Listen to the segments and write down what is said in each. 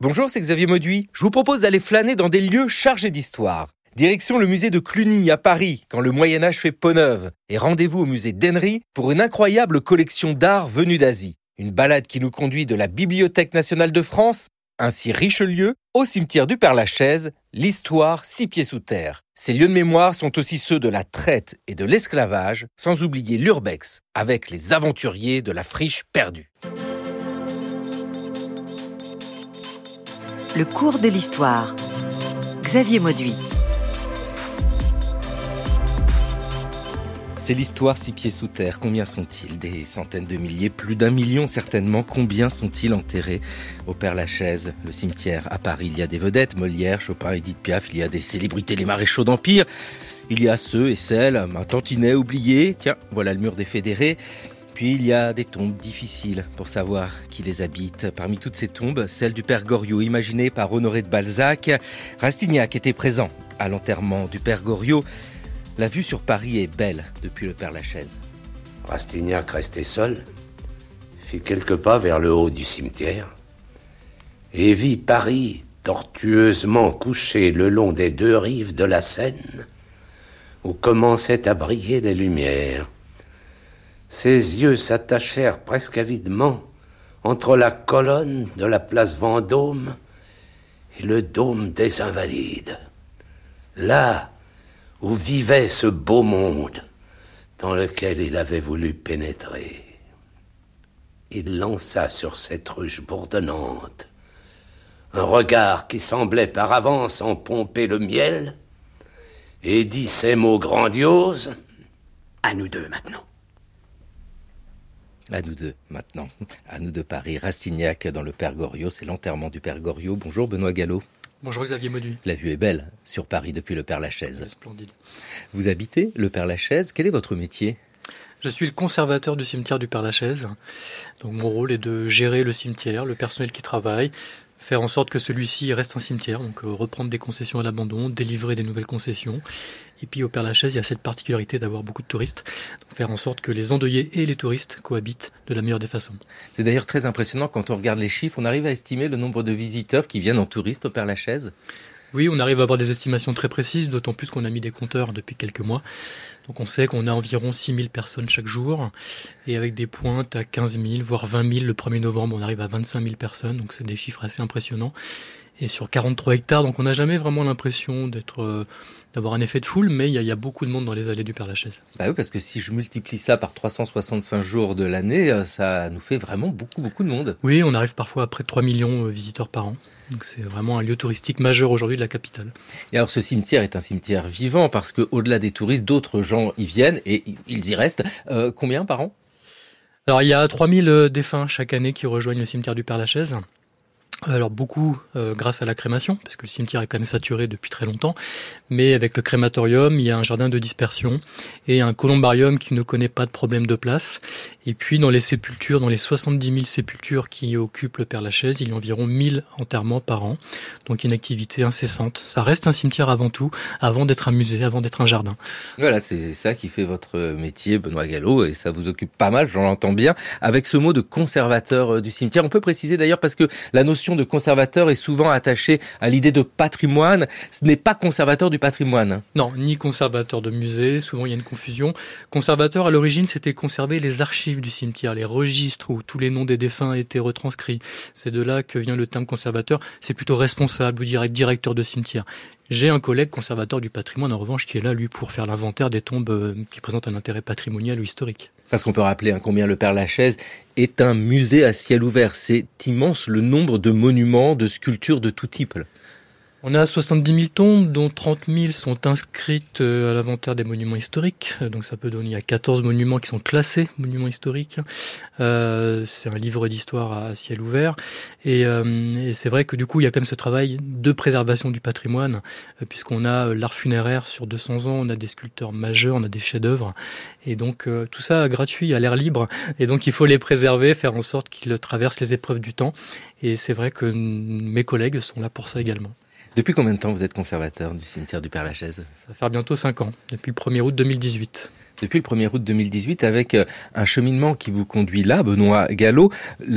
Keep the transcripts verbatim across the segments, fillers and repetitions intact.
Bonjour, c'est Xavier Mauduit. Je vous propose d'aller flâner dans des lieux chargés d'histoire. Direction le musée de Cluny à Paris, quand le Moyen-Âge fait peau neuve. Et rendez-vous au musée d'Henry pour une incroyable collection d'art venue d'Asie. Une balade qui nous conduit de la Bibliothèque nationale de France, ainsi Richelieu, au cimetière du Père-Lachaise, l'histoire six pieds sous terre. Ces lieux de mémoire sont aussi ceux de la traite et de l'esclavage, sans oublier l'urbex, avec les aventuriers de la friche perdue. Le cours de l'histoire. Xavier Mauduit. C'est l'histoire six pieds sous terre. Combien sont-ils? Des centaines de milliers, plus d'un million certainement. Combien sont-ils enterrés au Père-Lachaise, le cimetière à Paris? Il y a des vedettes, Molière, Chopin, Édith Piaf. Il y a des célébrités, les maréchaux d'Empire. Il y a ceux et celles, un tantinet oublié. Tiens, voilà le mur des fédérés. Puis il y a des tombes difficiles pour savoir qui les habite. Parmi toutes ces tombes, celle du Père Goriot, imaginée par Honoré de Balzac. Rastignac était présent à l'enterrement du Père Goriot. La vue sur Paris est belle depuis le Père-Lachaise. Rastignac, resté seul, fit quelques pas vers le haut du cimetière et vit Paris tortueusement couché le long des deux rives de la Seine où commençaient à briller les lumières. Ses yeux s'attachèrent presque avidement entre la colonne de la place Vendôme et le dôme des Invalides. Là où vivait ce beau monde dans lequel il avait voulu pénétrer. Il lança sur cette ruche bourdonnante un regard qui semblait par avance en pomper le miel et dit ces mots grandioses. À nous deux maintenant. À nous deux maintenant. À nous deux Paris. Rastignac dans le Père Goriot. C'est l'enterrement du Père Goriot. Bonjour Benoît Gallo. Bonjour Xavier Mauduit. La vue est belle sur Paris depuis le Père-Lachaise. Splendide. Vous habitez le Père-Lachaise. Quel est votre métier ? Je suis le conservateur du cimetière du Père-Lachaise. Donc mon rôle est de gérer le cimetière, le personnel qui travaille, faire en sorte que celui-ci reste un cimetière, donc euh, reprendre des concessions à l'abandon, délivrer des nouvelles concessions. Et puis au Père-Lachaise, il y a cette particularité d'avoir beaucoup de touristes, donc faire en sorte que les endeuillés et les touristes cohabitent de la meilleure des façons. C'est d'ailleurs très impressionnant quand on regarde les chiffres. On arrive à estimer le nombre de visiteurs qui viennent en touriste au Père-Lachaise ? Oui, on arrive à avoir des estimations très précises, d'autant plus qu'on a mis des compteurs depuis quelques mois. Donc on sait qu'on a environ six mille personnes chaque jour, et avec des pointes à quinze mille, voire vingt mille. Le premier novembre, on arrive à vingt-cinq mille personnes, donc c'est des chiffres assez impressionnants. Et sur quarante-trois hectares, donc on n'a jamais vraiment l'impression d'être, euh, d'avoir un effet de foule, mais il y, y a beaucoup de monde dans les allées du Père-Lachaise. Bah oui, parce que si je multiplie ça par trois cent soixante-cinq jours de l'année, ça nous fait vraiment beaucoup, beaucoup de monde. Oui, on arrive parfois à près de trois millions de visiteurs par an. Donc c'est vraiment un lieu touristique majeur aujourd'hui de la capitale. Et alors ce cimetière est un cimetière vivant parce qu'au-delà des touristes, d'autres gens y viennent et ils y restent. Euh, combien par an ? Alors il y a trois mille défunts chaque année qui rejoignent le cimetière du Père-Lachaise. Alors beaucoup euh, grâce à la crémation, parce que le cimetière est quand même saturé depuis très longtemps, mais avec le crématorium, il y a un jardin de dispersion et un columbarium qui ne connaît pas de problème de place. Et puis dans les sépultures, dans les soixante-dix mille sépultures qui occupent le Père-Lachaise, il y a environ mille enterrements par an, donc une activité incessante. Ça reste un cimetière avant tout, avant d'être un musée, avant d'être un jardin. Voilà, c'est ça qui fait votre métier, Benoît Gallo, et ça vous occupe pas mal, j'en entends bien, avec ce mot de conservateur du cimetière. On peut préciser d'ailleurs parce que la notion de conservateur est souvent attachée à l'idée de patrimoine. Ce n'est pas conservateur du patrimoine. Non, ni conservateur de musée. Souvent, il y a une confusion. Conservateur, à l'origine, c'était conserver les archives du cimetière, les registres où tous les noms des défunts étaient retranscrits. C'est de là que vient le terme conservateur. C'est plutôt responsable ou direct, directeur de cimetière. J'ai un collègue conservateur du patrimoine, en revanche, qui est là, lui, pour faire l'inventaire des tombes qui présentent un intérêt patrimonial ou historique. Parce qu'on peut rappeler hein, combien le Père-Lachaise est un musée à ciel ouvert. C'est immense le nombre de monuments, de sculptures de tout type. On a soixante-dix mille tombes, dont trente mille sont inscrites à l'inventaire des monuments historiques. Donc ça peut donner à quatorze monuments qui sont classés monuments historiques. Euh, c'est un livre d'histoire à ciel ouvert. Et, euh, et c'est vrai que du coup, il y a quand même ce travail de préservation du patrimoine, euh, puisqu'on a l'art funéraire sur deux cents ans, on a des sculpteurs majeurs, on a des chefs-d'œuvre. Et donc euh, tout ça gratuit, à l'air libre. Et donc il faut les préserver, faire en sorte qu'ils traversent les épreuves du temps. Et c'est vrai que mes collègues sont là pour ça également. Depuis combien de temps vous êtes conservateur du cimetière du Père-Lachaise ? Ça va faire bientôt cinq ans, depuis le premier août deux mille dix-huit. Depuis le premier août deux mille dix-huit, avec un cheminement qui vous conduit là, Benoît Gallo,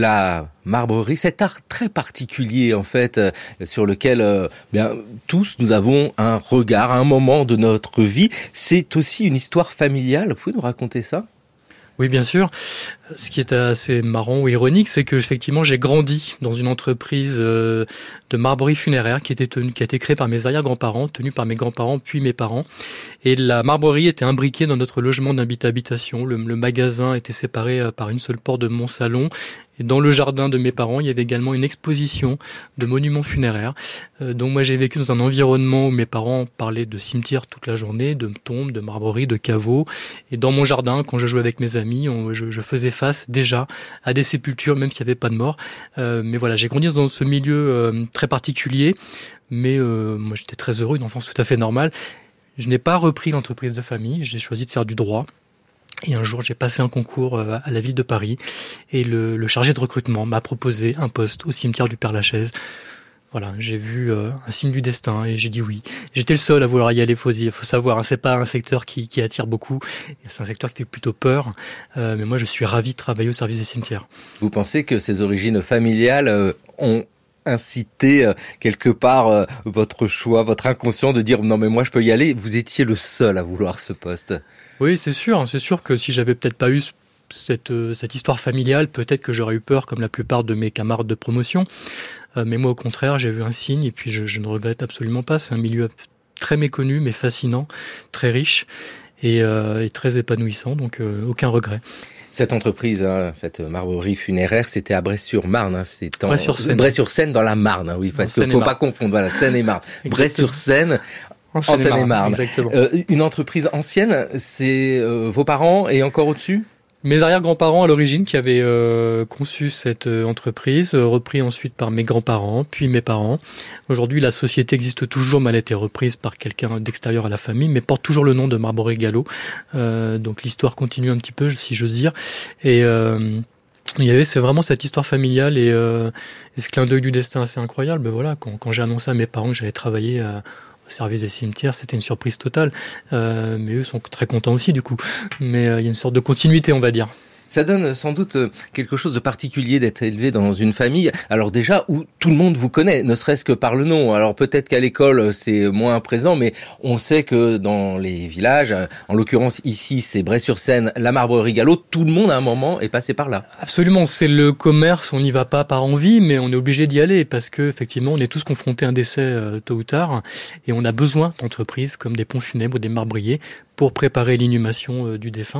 la marbrerie, cet art très particulier en fait, sur lequel euh, bien, tous nous avons un regard, un moment de notre vie. C'est aussi une histoire familiale. Vous pouvez nous raconter ça ? Oui, bien sûr. Ce qui est assez marrant ou ironique, c'est que effectivement, j'ai grandi dans une entreprise euh, de marbrerie funéraire qui, était tenue, qui a été créée par mes arrière-grands-parents, tenue par mes grands-parents puis mes parents. Et la marbrerie était imbriquée dans notre logement d'habitation. Le, le magasin était séparé par une seule porte de mon salon. Et dans le jardin de mes parents, il y avait également une exposition de monuments funéraires. Euh, donc moi, j'ai vécu dans un environnement où mes parents parlaient de cimetières toute la journée, de tombes, de marbreries, de caveaux. Et dans mon jardin, quand je jouais avec mes amis, on, je, je faisais face déjà à des sépultures, même s'il n'y avait pas de mort. Euh, mais voilà, j'ai grandi dans ce milieu euh, très particulier. Mais euh, moi, j'étais très heureux, une enfance tout à fait normale. Je n'ai pas repris l'entreprise de famille. J'ai choisi de faire du droit. Et un jour, j'ai passé un concours à la ville de Paris et le, le chargé de recrutement m'a proposé un poste au cimetière du Père-Lachaise. Voilà, j'ai vu euh, un signe du destin et j'ai dit oui. J'étais le seul à vouloir y aller, faut dire, faut savoir, hein, c'est pas un secteur qui, qui attire beaucoup, c'est un secteur qui fait plutôt peur. Euh, mais moi, je suis ravi de travailler au service des cimetières. Vous pensez que ces origines familiales euh, ont incité euh, quelque part euh, votre choix, votre inconscient de dire non mais moi je peux y aller. Vous étiez le seul à vouloir ce poste. Oui, c'est sûr. C'est sûr que si j'avais peut-être pas eu cette, cette histoire familiale, peut-être que j'aurais eu peur, comme la plupart de mes camarades de promotion. Euh, mais moi, au contraire, j'ai vu un signe et puis je, je ne regrette absolument pas. C'est un milieu très méconnu, mais fascinant, très riche et, euh, et très épanouissant. Donc, euh, aucun regret. Cette entreprise, hein, cette marbrerie funéraire, c'était à Bray-sur-Marne. Hein, c'est en... Bray-sur-Seine. Bray-sur-Seine dans la Marne, hein, oui, parce qu'il ne faut pas confondre. Voilà, Seine-et-Marne. Bray-sur-Seine. En Seine-et-Marne. Exactement. Euh, une entreprise ancienne, c'est euh, vos parents et encore au-dessus ? Mes arrière-grands-parents à l'origine qui avaient euh, conçu cette euh, entreprise, euh, repris ensuite par mes grands-parents, puis mes parents. Aujourd'hui, la société existe toujours, mais elle a été reprise par quelqu'un d'extérieur à la famille, mais porte toujours le nom de Marbrerie Gallo. Euh, donc l'histoire continue un petit peu, si j'ose dire. Et euh, il y avait, c'est vraiment cette histoire familiale et, euh, et ce clin d'œil du destin assez incroyable. Ben voilà, quand, quand j'ai annoncé à mes parents que j'allais travailler à au service des cimetières, c'était une surprise totale. Euh, mais eux sont très contents aussi, du coup. Mais euh, il y a une sorte de continuité, on va dire. Ça donne sans doute quelque chose de particulier d'être élevé dans une famille, alors déjà où tout le monde vous connaît, ne serait-ce que par le nom. Alors peut-être qu'à l'école c'est moins présent, mais on sait que dans les villages, en l'occurrence ici c'est Bray-sur-Seine, la Marbrerie Gallo, tout le monde à un moment est passé par là. Absolument, c'est le commerce, on n'y va pas par envie, mais on est obligé d'y aller parce que effectivement on est tous confrontés à un décès euh, tôt ou tard et on a besoin d'entreprises comme des ponts funèbres ou des marbriers pour préparer l'inhumation euh, du défunt.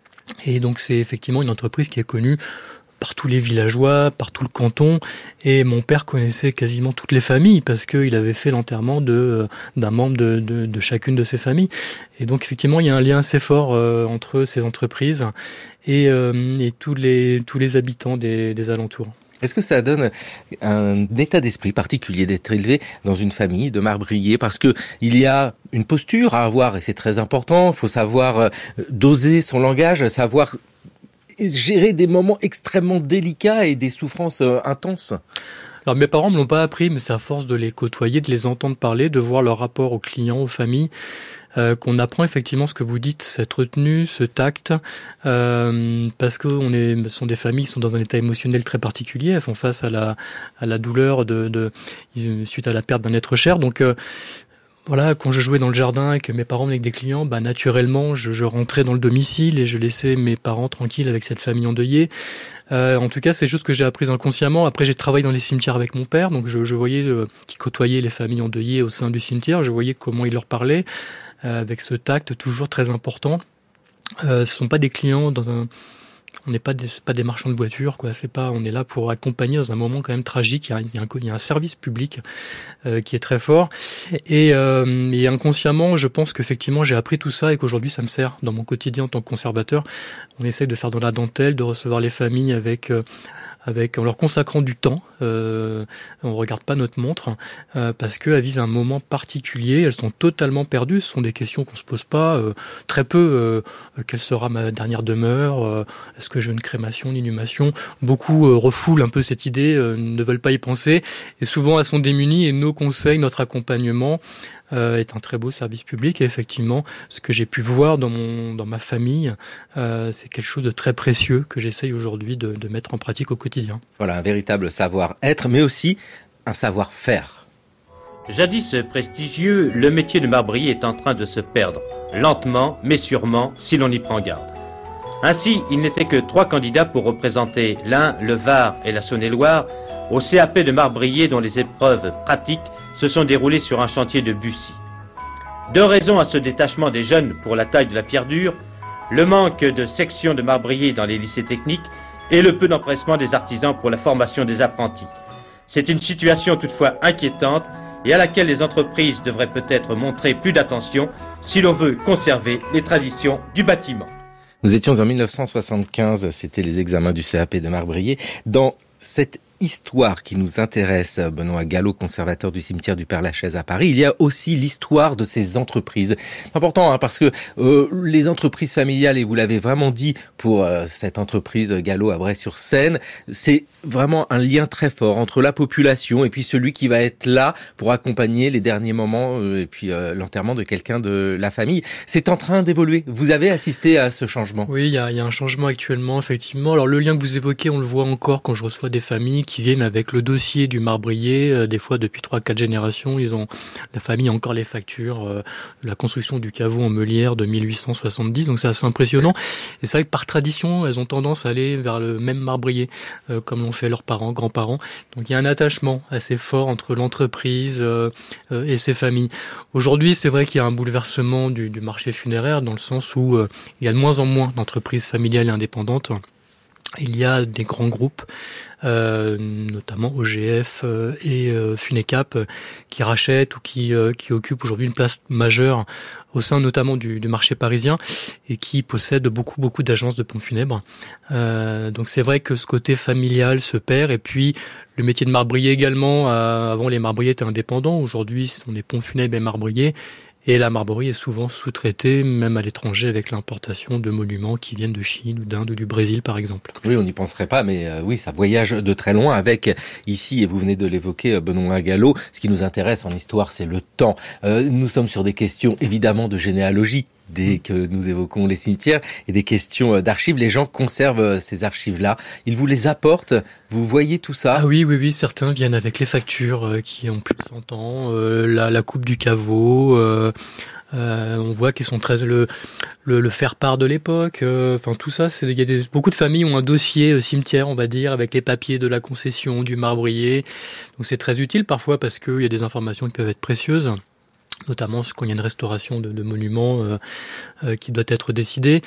Et donc c'est effectivement une entreprise qui est connue par tous les villageois, par tout le canton. Et mon père connaissait quasiment toutes les familles parce qu'il avait fait l'enterrement de, d'un membre de, de, de chacune de ces familles. Et donc effectivement, il y a un lien assez fort euh, entre ces entreprises et, euh, et tous les, tous les habitants des, des alentours. Est-ce que ça donne un état d'esprit particulier d'être élevé dans une famille de marbriers ? Parce que il y a une posture à avoir et c'est très important. Il faut savoir doser son langage, savoir gérer des moments extrêmement délicats et des souffrances intenses. Alors mes parents me l'ont pas appris, mais c'est à force de les côtoyer, de les entendre parler, de voir leur rapport aux clients, aux familles, Euh, qu'on apprend effectivement ce que vous dites, cette retenue, ce tact, euh, parce que on est, ce sont des familles qui sont dans un état émotionnel très particulier, elles font face à la, à la douleur de, de, suite à la perte d'un être cher. Donc euh, voilà, quand je jouais dans le jardin et que mes parents venaient avec des clients, bah naturellement, je, je rentrais dans le domicile et je laissais mes parents tranquilles avec cette famille endeuillée. Euh, en tout cas, c'est juste que j'ai appris inconsciemment. Après, j'ai travaillé dans les cimetières avec mon père, donc je, je voyais euh, qui côtoyait les familles endeuillées au sein du cimetière. Je voyais comment il leur parlait, euh, avec ce tact toujours très important. Euh, ce sont pas des clients dans un, on n'est pas des, c'est pas des marchands de voitures, quoi. C'est pas, on est là pour accompagner dans un moment quand même tragique. Il y a, il y a, un, il y a un service public euh, qui est très fort. Et, euh, et inconsciemment, je pense qu'effectivement, j'ai appris tout ça et qu'aujourd'hui, ça me sert dans mon quotidien en tant que conservateur. On essaie de faire dans la dentelle, de recevoir les familles avec, euh, avec en leur consacrant du temps. Euh, on regarde pas notre montre euh, parce qu'elles vivent un moment particulier. Elles sont totalement perdues. Ce sont des questions qu'on se pose pas. Euh, très peu. Euh, quelle sera ma dernière demeure euh, est-ce que je veux une crémation, une inhumation? Beaucoup euh, refoulent un peu cette idée, euh, ne veulent pas y penser, et souvent elles sont démunies, et nos conseils, notre accompagnement euh, est un très beau service public. Et effectivement, ce que j'ai pu voir dans mon dans ma famille, euh, c'est quelque chose de très précieux que j'essaye aujourd'hui de, de mettre en pratique au quotidien. Voilà, un véritable savoir-être, mais aussi un savoir-faire. Jadis prestigieux, le métier de marbrier est en train de se perdre, lentement mais sûrement, si l'on y prend garde. Ainsi, il n'était que trois candidats pour représenter l'Ain, le Var et la Saône-et-Loire au C A P de marbrier dont les épreuves pratiques se sont déroulées sur un chantier de Bussy. Deux raisons à ce détachement des jeunes pour la taille de la pierre dure, le manque de sections de marbrier dans les lycées techniques et le peu d'empressement des artisans pour la formation des apprentis. C'est une situation toutefois inquiétante et à laquelle les entreprises devraient peut-être montrer plus d'attention si l'on veut conserver les traditions du bâtiment. Nous étions en mille neuf cent soixante-quinze, c'était les examens du C A P de marbrier. Dans cette histoire qui nous intéresse, Benoît Gallo, conservateur du cimetière du Père-Lachaise à Paris, il y a aussi l'histoire de ces entreprises. C'est important hein, parce que euh, les entreprises familiales, et vous l'avez vraiment dit pour euh, cette entreprise Gallo à Bray-sur-Seine, c'est vraiment un lien très fort entre la population et puis celui qui va être là pour accompagner les derniers moments euh, et puis euh, l'enterrement de quelqu'un de la famille. C'est en train d'évoluer. Vous avez assisté à ce changement? Oui, il y a, il y a un changement actuellement, effectivement. Alors le lien que vous évoquez, on le voit encore quand je reçois des familles qui viennent avec le dossier du marbrier, euh, des fois depuis trois quatre générations, ils ont la famille a encore les factures euh, de la construction du caveau en meulière de mille huit cent soixante-dix, donc c'est assez impressionnant. Et c'est vrai que par tradition, elles ont tendance à aller vers le même marbrier, euh, comme l'ont fait leurs parents, grands-parents. Donc il y a un attachement assez fort entre l'entreprise euh, euh, et ses familles. Aujourd'hui, c'est vrai qu'il y a un bouleversement du, du marché funéraire, dans le sens où euh, il y a de moins en moins d'entreprises familiales et indépendantes. Il y a des grands groupes, euh, notamment O G F euh, et euh, Funecap, euh, qui rachètent ou qui, euh, qui occupent aujourd'hui une place majeure au sein notamment du, du marché parisien et qui possèdent beaucoup beaucoup d'agences de pompes funèbres. Euh, donc c'est vrai que ce côté familial se perd, et puis le métier de marbrier également. Euh, avant, les marbriers étaient indépendants. Aujourd'hui, ce sont des pompes funèbres et marbriers. Et la marbrerie est souvent sous-traitée, même à l'étranger, avec l'importation de monuments qui viennent de Chine ou d'Inde ou du Brésil, par exemple. Oui, on n'y penserait pas, mais euh, oui, ça voyage de très loin avec, ici, et vous venez de l'évoquer, Benoît Gallo, ce qui nous intéresse en histoire, c'est le temps. Euh, nous sommes sur des questions, évidemment, de généalogie, dès que nous évoquons les cimetières, et des questions d'archives. Les gens conservent ces archives-là. Ils vous les apportent. Vous voyez tout ça? Ah oui, oui, oui. Certains viennent avec les factures euh, qui ont plus de cent ans, euh, la, la coupe du caveau. Euh, euh, on voit qu'ils sont très le le, le faire-part de l'époque. Euh, enfin, tout ça, c'est il y a des, beaucoup de familles ont un dossier euh, cimetière, on va dire, avec les papiers de la concession, du marbrier. Donc c'est très utile parfois parce qu'il y a des informations qui peuvent être précieuses, notamment quand il y a une restauration de, de monuments euh, euh, qui doit être décidée.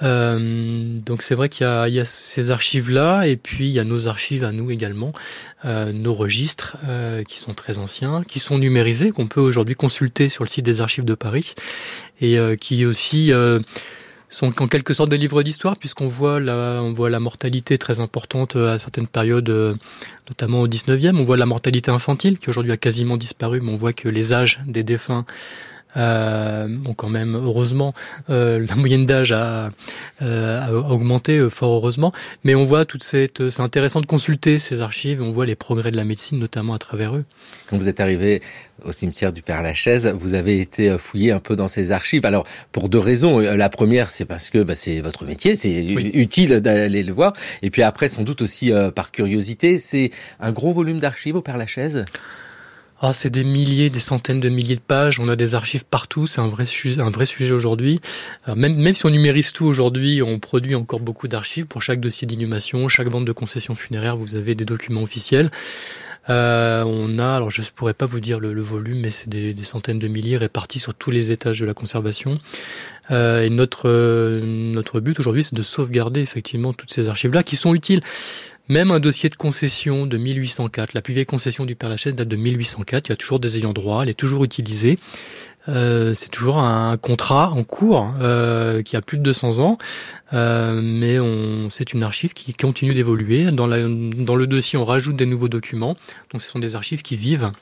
Euh, donc c'est vrai qu'il y a, il y a ces archives-là, et puis il y a nos archives à nous également, euh, nos registres euh, qui sont très anciens, qui sont numérisés, qu'on peut aujourd'hui consulter sur le site des Archives de Paris, et euh, qui aussi euh, sont en quelque sorte des livres d'histoire, puisqu'on voit la, on voit la mortalité très importante à certaines périodes, euh, notamment au dix-neuvième. On voit la mortalité infantile, qui aujourd'hui a quasiment disparu, mais on voit que les âges des défunts euh, ont quand même, heureusement, euh, la moyenne d'âge a, euh, a augmenté, euh, fort heureusement. Mais on voit toute cette, c'est intéressant de consulter ces archives, on voit les progrès de la médecine, notamment à travers eux. Quand vous êtes arrivé au cimetière du Père-Lachaise, vous avez été fouillé un peu dans ces archives. Alors, pour deux raisons. La première, c'est parce que bah, c'est votre métier, c'est oui. utile d'aller le voir. Et puis après, sans doute aussi euh, par curiosité, c'est un gros volume d'archives au Père-Lachaise. Ah, c'est des milliers, des centaines de milliers de pages. On a des archives partout. C'est un vrai sujet, un vrai sujet aujourd'hui. Alors même, même si on numérise tout aujourd'hui, on produit encore beaucoup d'archives. Pour chaque dossier d'inhumation, chaque vente de concession funéraire, vous avez des documents officiels. Euh, on a, alors je ne pourrais pas vous dire le, le volume, mais c'est des, des centaines de milliers répartis sur tous les étages de la conservation. Euh, et notre euh, notre but aujourd'hui, c'est de sauvegarder effectivement toutes ces archives-là qui sont utiles. Même un dossier de concession de mille huit cent quatre, la plus vieille concession du Père-Lachaise date de mille huit cent quatre, il y a toujours des ayants droit, elle est toujours utilisée. Euh, c'est toujours un contrat en cours euh, qui a plus de deux cents ans, euh, mais on, c'est une archive qui continue d'évoluer. Dans, la, dans le dossier, on rajoute des nouveaux documents, donc ce sont des archives qui vivent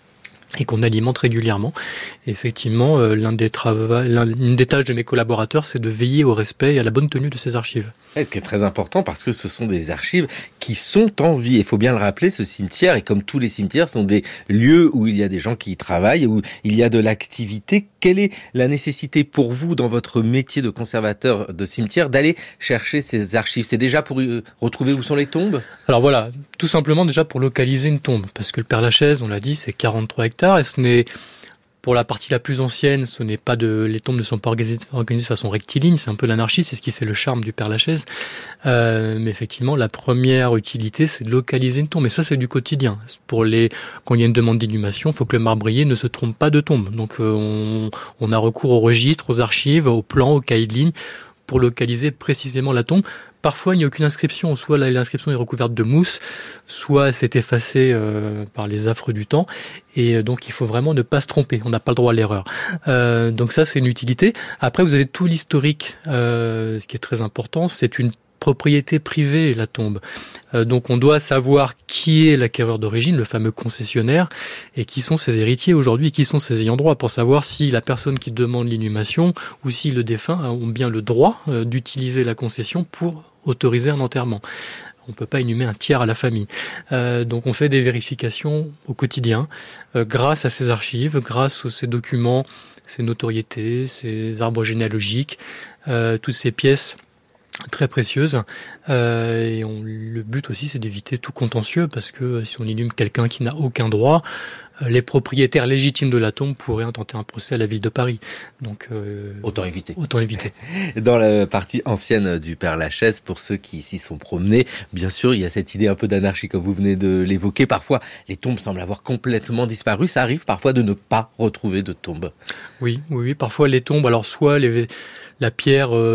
et qu'on alimente régulièrement. Et effectivement, euh, l'un des travaux, l'une des tâches de mes collaborateurs, c'est de veiller au respect et à la bonne tenue de ces archives. Et ce qui est très important parce que ce sont des archives qui sont en vie. Il faut bien le rappeler, ce cimetière, et comme tous les cimetières, sont des lieux où il y a des gens qui y travaillent, où il y a de l'activité. Quelle est la nécessité pour vous, dans votre métier de conservateur de cimetière, d'aller chercher ces archives? C'est déjà pour retrouver où sont les tombes? Alors voilà, tout simplement déjà pour localiser une tombe, parce que le Père-Lachaise, on l'a dit, c'est quarante-trois hectares, et ce n'est, pour la partie la plus ancienne, ce n'est pas de, les tombes ne sont pas organisées, organisées de façon rectiligne, c'est un peu l'anarchie, c'est ce qui fait le charme du Père-Lachaise. Euh, mais effectivement, la première utilité, c'est de localiser une tombe, et ça, c'est du quotidien. Pour les, quand il y a une demande d'inhumation, il faut que le marbrier ne se trompe pas de tombe. Donc, euh, on, on a recours au registre, aux archives, aux plans, aux cahiers de ligne, pour localiser précisément la tombe. Parfois, il n'y a aucune inscription, soit l'inscription est recouverte de mousse, soit c'est effacé euh, par les affres du temps, et donc il faut vraiment ne pas se tromper, on n'a pas le droit à l'erreur. Euh, donc ça, c'est une utilité. Après, vous avez tout l'historique, euh, ce qui est très important, c'est une propriété privée, la tombe. Euh, donc on doit savoir qui est l'acquéreur d'origine, le fameux concessionnaire, et qui sont ses héritiers aujourd'hui, et qui sont ses ayants droit, pour savoir si la personne qui demande l'inhumation ou si le défunt ont bien le droit euh, d'utiliser la concession pour autoriser un enterrement. On ne peut pas inhumer un tiers à la famille. Euh, donc on fait des vérifications au quotidien, euh, grâce à ces archives, grâce à ces documents, ces notoriétés, ces arbres généalogiques, euh, toutes ces pièces très précieuses. Euh, et on, le but aussi, c'est d'éviter tout contentieux, parce que si on inhume quelqu'un qui n'a aucun droit, euh, les propriétaires légitimes de la tombe pourraient intenter un procès à la ville de Paris. Donc euh, autant éviter. Autant éviter. Dans la partie ancienne du Père-Lachaise, pour ceux qui s'y sont promenés, bien sûr, il y a cette idée un peu d'anarchie, comme vous venez de l'évoquer. Parfois, les tombes semblent avoir complètement disparu. Ça arrive parfois de ne pas retrouver de tombe. Oui, oui, oui. Parfois, les tombes, alors soit les, la pierre euh,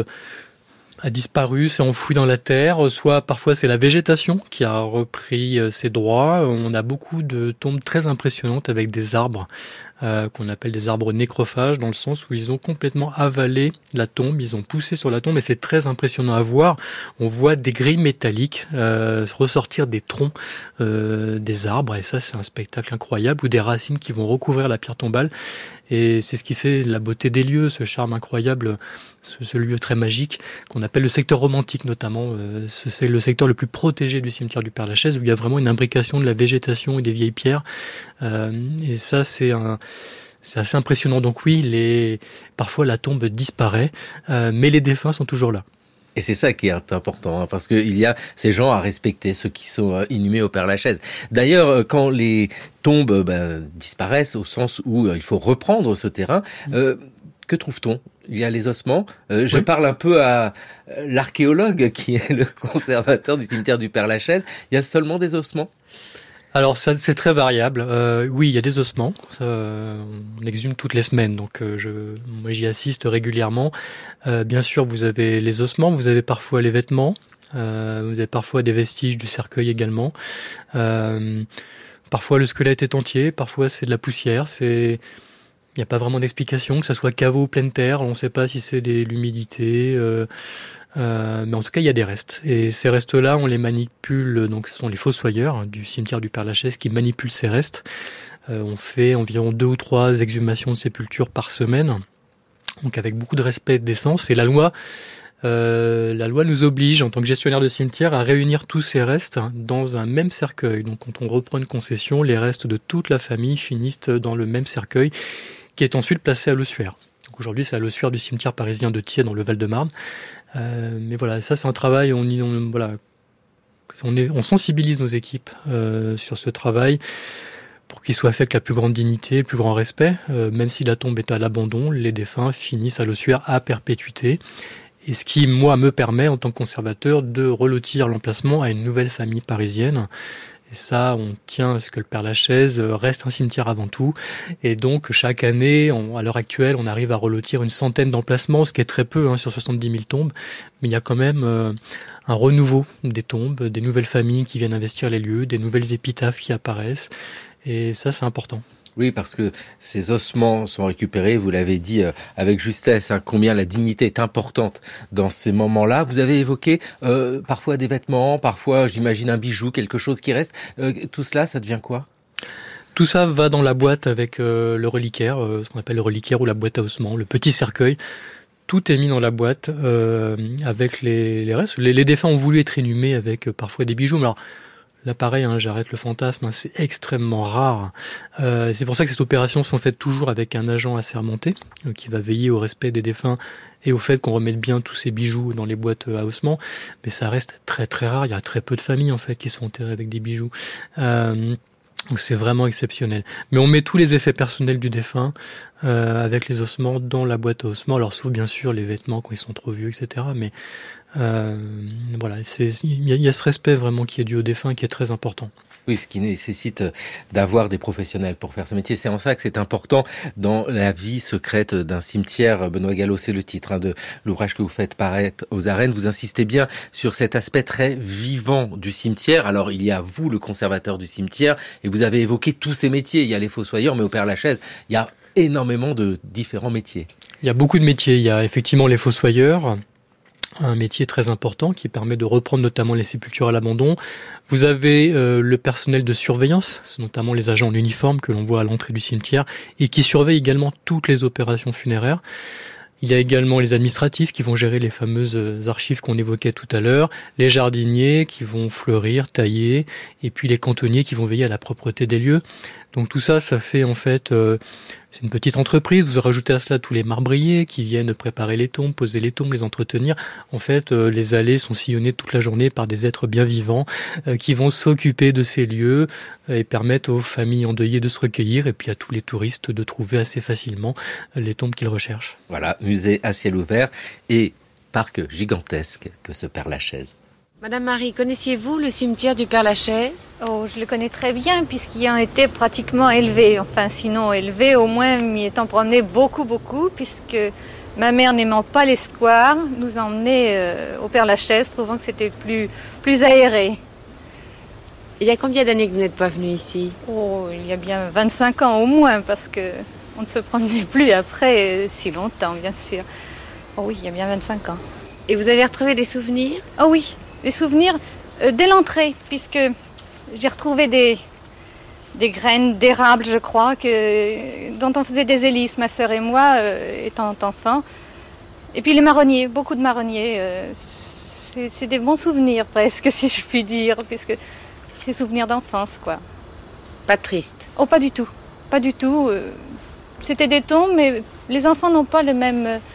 a disparu, s'est enfoui dans la terre, soit parfois c'est la végétation qui a repris ses droits. On a beaucoup de tombes très impressionnantes avec des arbres euh, qu'on appelle des arbres nécrophages, dans le sens où ils ont complètement avalé la tombe, ils ont poussé sur la tombe, et c'est très impressionnant à voir. On voit des grilles métalliques euh, ressortir des troncs euh, des arbres, et ça c'est un spectacle incroyable, ou des racines qui vont recouvrir la pierre tombale. Et c'est ce qui fait la beauté des lieux, ce charme incroyable, ce, ce lieu très magique qu'on appelle le secteur romantique notamment. Euh, c'est le secteur le plus protégé du cimetière du Père-Lachaise, où il y a vraiment une imbrication de la végétation et des vieilles pierres. Euh, et ça, c'est un... C'est assez impressionnant. Donc oui, les... parfois la tombe disparaît, euh, mais les défunts sont toujours là. Et c'est ça qui est important, hein, parce qu'il y a ces gens à respecter, ceux qui sont inhumés au Père-Lachaise. D'ailleurs, quand les tombes ben, disparaissent, au sens où il faut reprendre ce terrain, euh, que trouve-t-on? Il y a les ossements. Euh, je oui. parle un peu à l'archéologue qui est le conservateur du cimetière du Père-Lachaise. Il y a seulement des ossements? Alors ça, c'est très variable. Euh, oui, il y a des ossements. Euh, on exhume toutes les semaines, donc euh, je, moi j'y assiste régulièrement. Euh, bien sûr, vous avez les ossements, vous avez parfois les vêtements, euh, vous avez parfois des vestiges du cercueil également. Euh, parfois le squelette est entier, parfois c'est de la poussière. C'est, il n'y a pas vraiment d'explication, que ça soit caveau ou pleine terre. On ne sait pas si c'est de l'humidité. Euh, Euh, mais en tout cas, il y a des restes. Et ces restes-là, on les manipule. Donc, ce sont les fossoyeurs hein, du cimetière du Père-Lachaise qui manipulent ces restes. Euh, on fait environ deux ou trois exhumations de sépultures par semaine. Donc, avec beaucoup de respect et de décence. Et la loi, euh, la loi nous oblige, en tant que gestionnaire de cimetière, à réunir tous ces restes dans un même cercueil. Donc, quand on reprend une concession, les restes de toute la famille finissent dans le même cercueil, qui est ensuite placé à l'ossuaire. Donc aujourd'hui, c'est à l'ossuaire du cimetière parisien de Thiers, dans le Val-de-Marne. Euh, mais voilà, ça c'est un travail, on, on, voilà, on, est, on sensibilise nos équipes euh, sur ce travail pour qu'il soit fait avec la plus grande dignité, le plus grand respect. Euh, même si la tombe est à l'abandon, les défunts finissent à l'ossuaire à perpétuité. Et ce qui, moi, me permet, en tant que conservateur, de relotir l'emplacement à une nouvelle famille parisienne. Et ça, on tient à ce que le Père-Lachaise reste un cimetière avant tout. Et donc, chaque année, on, à l'heure actuelle, on arrive à relotir une centaine d'emplacements, ce qui est très peu hein, sur soixante-dix mille tombes. Mais il y a quand même euh, un renouveau des tombes, des nouvelles familles qui viennent investir les lieux, des nouvelles épitaphes qui apparaissent. Et ça, c'est important. Oui, parce que ces ossements sont récupérés, vous l'avez dit euh, avec justesse, hein, combien la dignité est importante dans ces moments-là. Vous avez évoqué euh, parfois des vêtements, parfois, j'imagine, un bijou, quelque chose qui reste. Euh, tout cela, ça devient quoi ? Tout ça va dans la boîte avec euh, le reliquaire, euh, ce qu'on appelle le reliquaire ou la boîte à ossements, le petit cercueil. Tout est mis dans la boîte euh, avec les, les restes. Les, les défunts ont voulu être inhumés avec euh, parfois des bijoux. Mais alors là, pareil, hein, j'arrête le fantasme, hein, c'est extrêmement rare. Euh, c'est pour ça que ces opérations sont faites toujours avec un agent assermenté euh, qui va veiller au respect des défunts et au fait qu'on remette bien tous ces bijoux dans les boîtes à ossements. Mais ça reste très très rare. Il y a très peu de familles en fait qui sont enterrées avec des bijoux. Euh, Donc c'est vraiment exceptionnel. Mais on met tous les effets personnels du défunt euh, avec les ossements dans la boîte à ossements. Alors sauf bien sûr les vêtements quand ils sont trop vieux, et cetera. Mais euh, voilà, c'est, il y, y a ce respect vraiment qui est dû au défunt qui est très important. Oui, ce qui nécessite d'avoir des professionnels pour faire ce métier. C'est en ça que c'est important dans la vie secrète d'un cimetière. Benoît Gallo, c'est le titre hein, de l'ouvrage que vous faites paraître aux Arènes. Vous insistez bien sur cet aspect très vivant du cimetière. Alors, il y a vous, le conservateur du cimetière, et vous avez évoqué tous ces métiers. Il y a les fossoyeurs, mais au Père-Lachaise, il y a énormément de différents métiers. Il y a beaucoup de métiers. Il y a effectivement les fossoyeurs, un métier très important qui permet de reprendre notamment les sépultures à l'abandon. Vous avez euh, le personnel de surveillance, c'est notamment les agents en uniforme que l'on voit à l'entrée du cimetière et qui surveillent également toutes les opérations funéraires. Il y a également les administratifs qui vont gérer les fameuses archives qu'on évoquait tout à l'heure, les jardiniers qui vont fleurir, tailler, et puis les cantonniers qui vont veiller à la propreté des lieux. Donc tout ça, ça fait en fait, euh, c'est une petite entreprise. Vous rajoutez à cela tous les marbriers qui viennent préparer les tombes, poser les tombes, les entretenir. En fait, euh, les allées sont sillonnées toute la journée par des êtres bien vivants euh, qui vont s'occuper de ces lieux euh, et permettre aux familles endeuillées de se recueillir et puis à tous les touristes de trouver assez facilement euh, les tombes qu'ils recherchent. Voilà, musée à ciel ouvert et parc gigantesque que ce Père-Lachaise. Madame Marie, connaissiez-vous le cimetière du Père-Lachaise ? Oh, je le connais très bien puisqu'il a été pratiquement élevé. Enfin, sinon élevé, au moins m'y étant promené beaucoup, beaucoup, puisque ma mère, n'aimant pas les squares, nous emmenait euh, au Père-Lachaise, trouvant que c'était plus, plus aéré. Il y a combien d'années que vous n'êtes pas venu ici ? Oh, il y a bien vingt-cinq ans au moins, parce que on ne se promenait plus après si longtemps, bien sûr. Oh oui, il y a bien vingt-cinq ans. Et vous avez retrouvé des souvenirs ? Oh oui. Des souvenirs euh, dès l'entrée, puisque j'ai retrouvé des, des graines d'érable, je crois, que, dont on faisait des hélices, ma sœur et moi, euh, étant enfants. Et puis les marronniers, beaucoup de marronniers. Euh, c'est, c'est des bons souvenirs presque, si je puis dire, puisque c'est des souvenirs d'enfance, quoi. Pas triste ? Oh, pas du tout. Pas du tout. Euh, c'était des tombes, mais les enfants n'ont pas le même... Euh,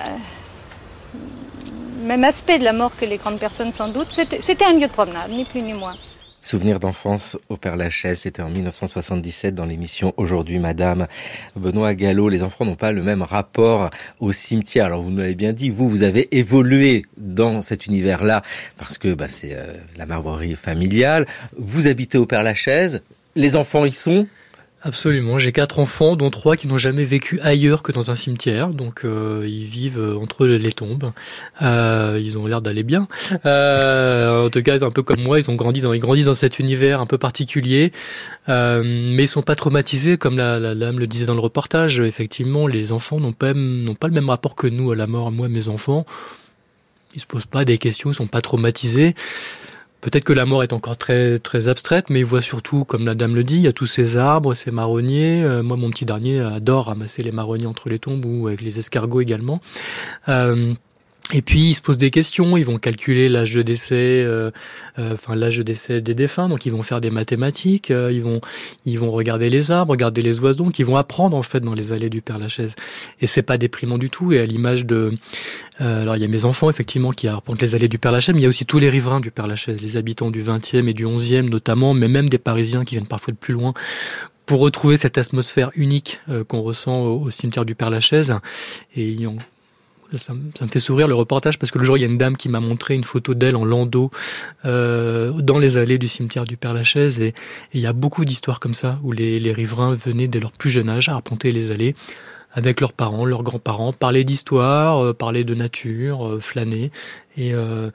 même aspect de la mort que les grandes personnes sans doute. C'était, c'était un lieu de promenade, ni plus ni moins. Souvenir d'enfance au Père-Lachaise, c'était en dix-neuf cent soixante-dix-sept dans l'émission Aujourd'hui Madame. Benoît Gallo, les enfants n'ont pas le même rapport au cimetière. Alors vous nous l'avez bien dit, vous, vous avez évolué dans cet univers-là parce que bah, c'est euh, la marbrerie familiale. Vous habitez au Père-Lachaise, les enfants y sont ? Absolument, j'ai quatre enfants, dont trois qui n'ont jamais vécu ailleurs que dans un cimetière, donc euh, ils vivent entre les tombes. Euh, ils ont l'air d'aller bien. Euh, en tout cas, un peu comme moi, ils ont grandi dans, ils grandissent dans cet univers un peu particulier, euh, mais ils sont pas traumatisés, comme la, la dame le disait dans le reportage. Effectivement, les enfants n'ont pas n'ont pas le même rapport que nous à la mort. Moi, mes enfants, ils se posent pas des questions, ils sont pas traumatisés. Peut-être que la mort est encore très très abstraite, mais il voit surtout, comme la dame le dit, il y a tous ces arbres, ces marronniers. Euh, moi, mon petit dernier adore ramasser les marronniers entre les tombes ou avec les escargots également. Euh, Et puis ils se posent des questions, ils vont calculer l'âge de décès, euh, euh, enfin l'âge de décès des défunts, donc ils vont faire des mathématiques, euh, ils vont ils vont regarder les arbres, regarder les oiseaux, donc ils vont apprendre en fait dans les allées du Père-Lachaise. Et c'est pas déprimant du tout. Et à l'image de, euh, alors il y a mes enfants effectivement qui arpentent les allées du Père-Lachaise, mais il y a aussi tous les riverains du Père-Lachaise, les habitants du vingtième et du onzième notamment, mais même des Parisiens qui viennent parfois de plus loin, pour retrouver cette atmosphère unique euh, qu'on ressent au, au cimetière du Père-Lachaise. Et ils ont Ça me, ça me fait sourire le reportage parce que le jour il y a une dame qui m'a montré une photo d'elle en landau euh, dans les allées du cimetière du Père-Lachaise, et il y a beaucoup d'histoires comme ça où les, les riverains venaient dès leur plus jeune âge à arpenter les allées avec leurs parents, leurs grands-parents, parler d'histoire, euh, parler de nature, euh, flâner, et, euh,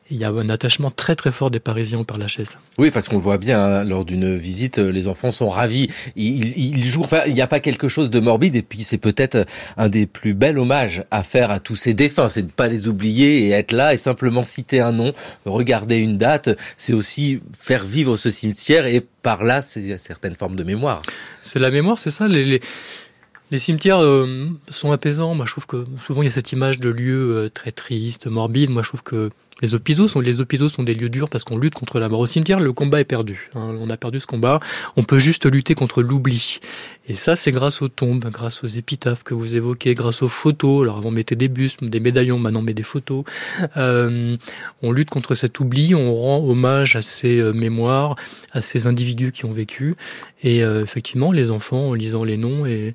il y a un attachement très très fort des Parisiens au Père-Lachaise. Oui, parce qu'on le voit bien, hein, lors d'une visite, les enfants sont ravis. Ils, ils jouent, enfin, il n'y a pas quelque chose de morbide, et puis c'est peut-être un des plus bels hommages à faire à tous ces défunts, c'est de ne pas les oublier et être là et simplement citer un nom, regarder une date, c'est aussi faire vivre ce cimetière, et par là, c'est certaines formes de mémoire. C'est la mémoire, c'est ça, les... les... Les cimetières euh, sont apaisants. Moi, je trouve que souvent il y a cette image de lieux euh, très tristes, morbides. Moi, je trouve que les hôpitaux sont les hôpitaux sont des lieux durs parce qu'on lutte contre la mort. Au cimetière, le combat est perdu. Hein, on a perdu ce combat. On peut juste lutter contre l'oubli. Et ça, c'est grâce aux tombes, grâce aux épitaphes que vous évoquez, grâce aux photos. Alors avant, on mettait des bustes, des médaillons. Maintenant, on met des photos. Euh, on lutte contre cet oubli. On rend hommage à ces euh, mémoires, à ces individus qui ont vécu. Et euh, effectivement, les enfants, en lisant les noms et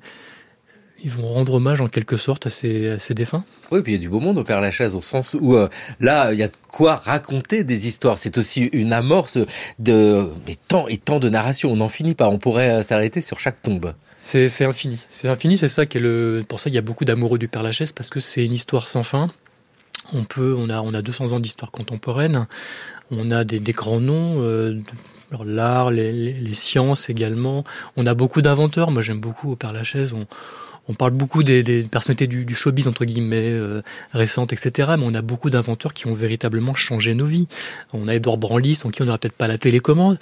ils vont rendre hommage en quelque sorte à ces, à ces défunts. Oui, puis il y a du beau monde au Père-Lachaise, au sens où euh, là, il y a de quoi raconter des histoires. C'est aussi une amorce de mais tant et tant de narrations. On n'en finit pas. On pourrait s'arrêter sur chaque tombe. C'est, c'est infini. C'est infini. C'est ça qui est le. Pour ça, il y a beaucoup d'amoureux du Père-Lachaise parce que c'est une histoire sans fin. On peut, on a, on a deux cents ans d'histoire contemporaine. On a des, des grands noms. Euh, alors, l'art, les, les, les sciences également. On a beaucoup d'inventeurs. Moi, j'aime beaucoup au Père-Lachaise. On On parle beaucoup des, des personnalités du, du showbiz, entre guillemets, euh, récentes, et cetera. Mais on a beaucoup d'inventeurs qui ont véritablement changé nos vies. On a Édouard Branly, sans qui on n'aura peut-être pas la télécommande.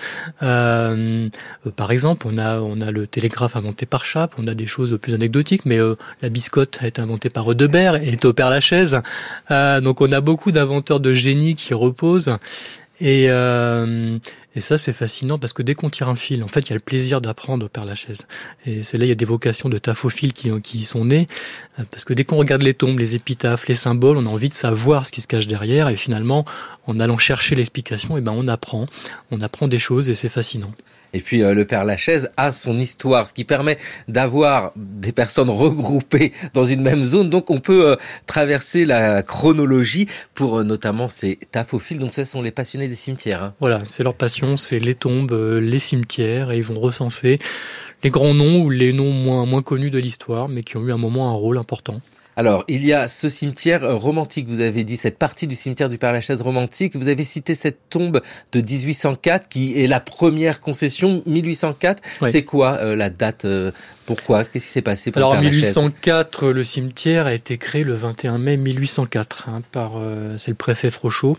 Euh, euh, par exemple, on a, on a le télégraphe inventé par Chappe. On a des choses plus anecdotiques, mais euh, la biscotte a été inventée par Eudebert et est au Père-Lachaise. Euh, donc on a beaucoup d'inventeurs de génie qui reposent. Et, euh, et ça, c'est fascinant parce que dès qu'on tire un fil, en fait, il y a le plaisir d'apprendre au Père-Lachaise. Et c'est là, il y a des vocations de taphophiles qui, qui y sont nées. Parce que dès qu'on regarde les tombes, les épitaphes, les symboles, on a envie de savoir ce qui se cache derrière. Et finalement, en allant chercher l'explication, eh ben, on apprend. On apprend des choses et c'est fascinant. Et puis euh, le Père-Lachaise a son histoire, ce qui permet d'avoir des personnes regroupées dans une même zone. Donc on peut euh, traverser la chronologie pour euh, notamment ces taphophiles. Donc ce sont les passionnés des cimetières. Hein. Voilà, c'est leur passion, c'est les tombes, euh, les cimetières, et ils vont recenser les grands noms ou les noms moins, moins connus de l'histoire, mais qui ont eu un moment un rôle important. Alors, il y a ce cimetière romantique, vous avez dit, cette partie du cimetière du Père-Lachaise romantique. Vous avez cité cette tombe de dix-huit cent quatre qui est la première concession, mille huit cent quatre. Oui. C'est quoi euh, la date euh, Pourquoi Qu'est-ce qui s'est passé pour Alors, le Père-Lachaise ? mille huit cent quatre, le cimetière a été créé le vingt et un mai mille huit cent quatre hein, par euh, c'est le préfet Frochot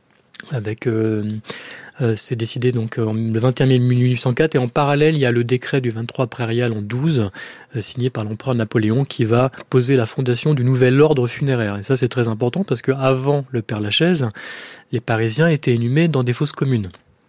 avec euh, euh, c'est décidé donc euh, le vingt et un mai mille huit cent quatre et en parallèle il y a le décret du vingt-trois prairial en douze euh, signé par l'empereur Napoléon qui va poser la fondation du nouvel ordre funéraire et ça c'est très important parce que avant le Père-Lachaise les Parisiens étaient inhumés dans des fosses communes.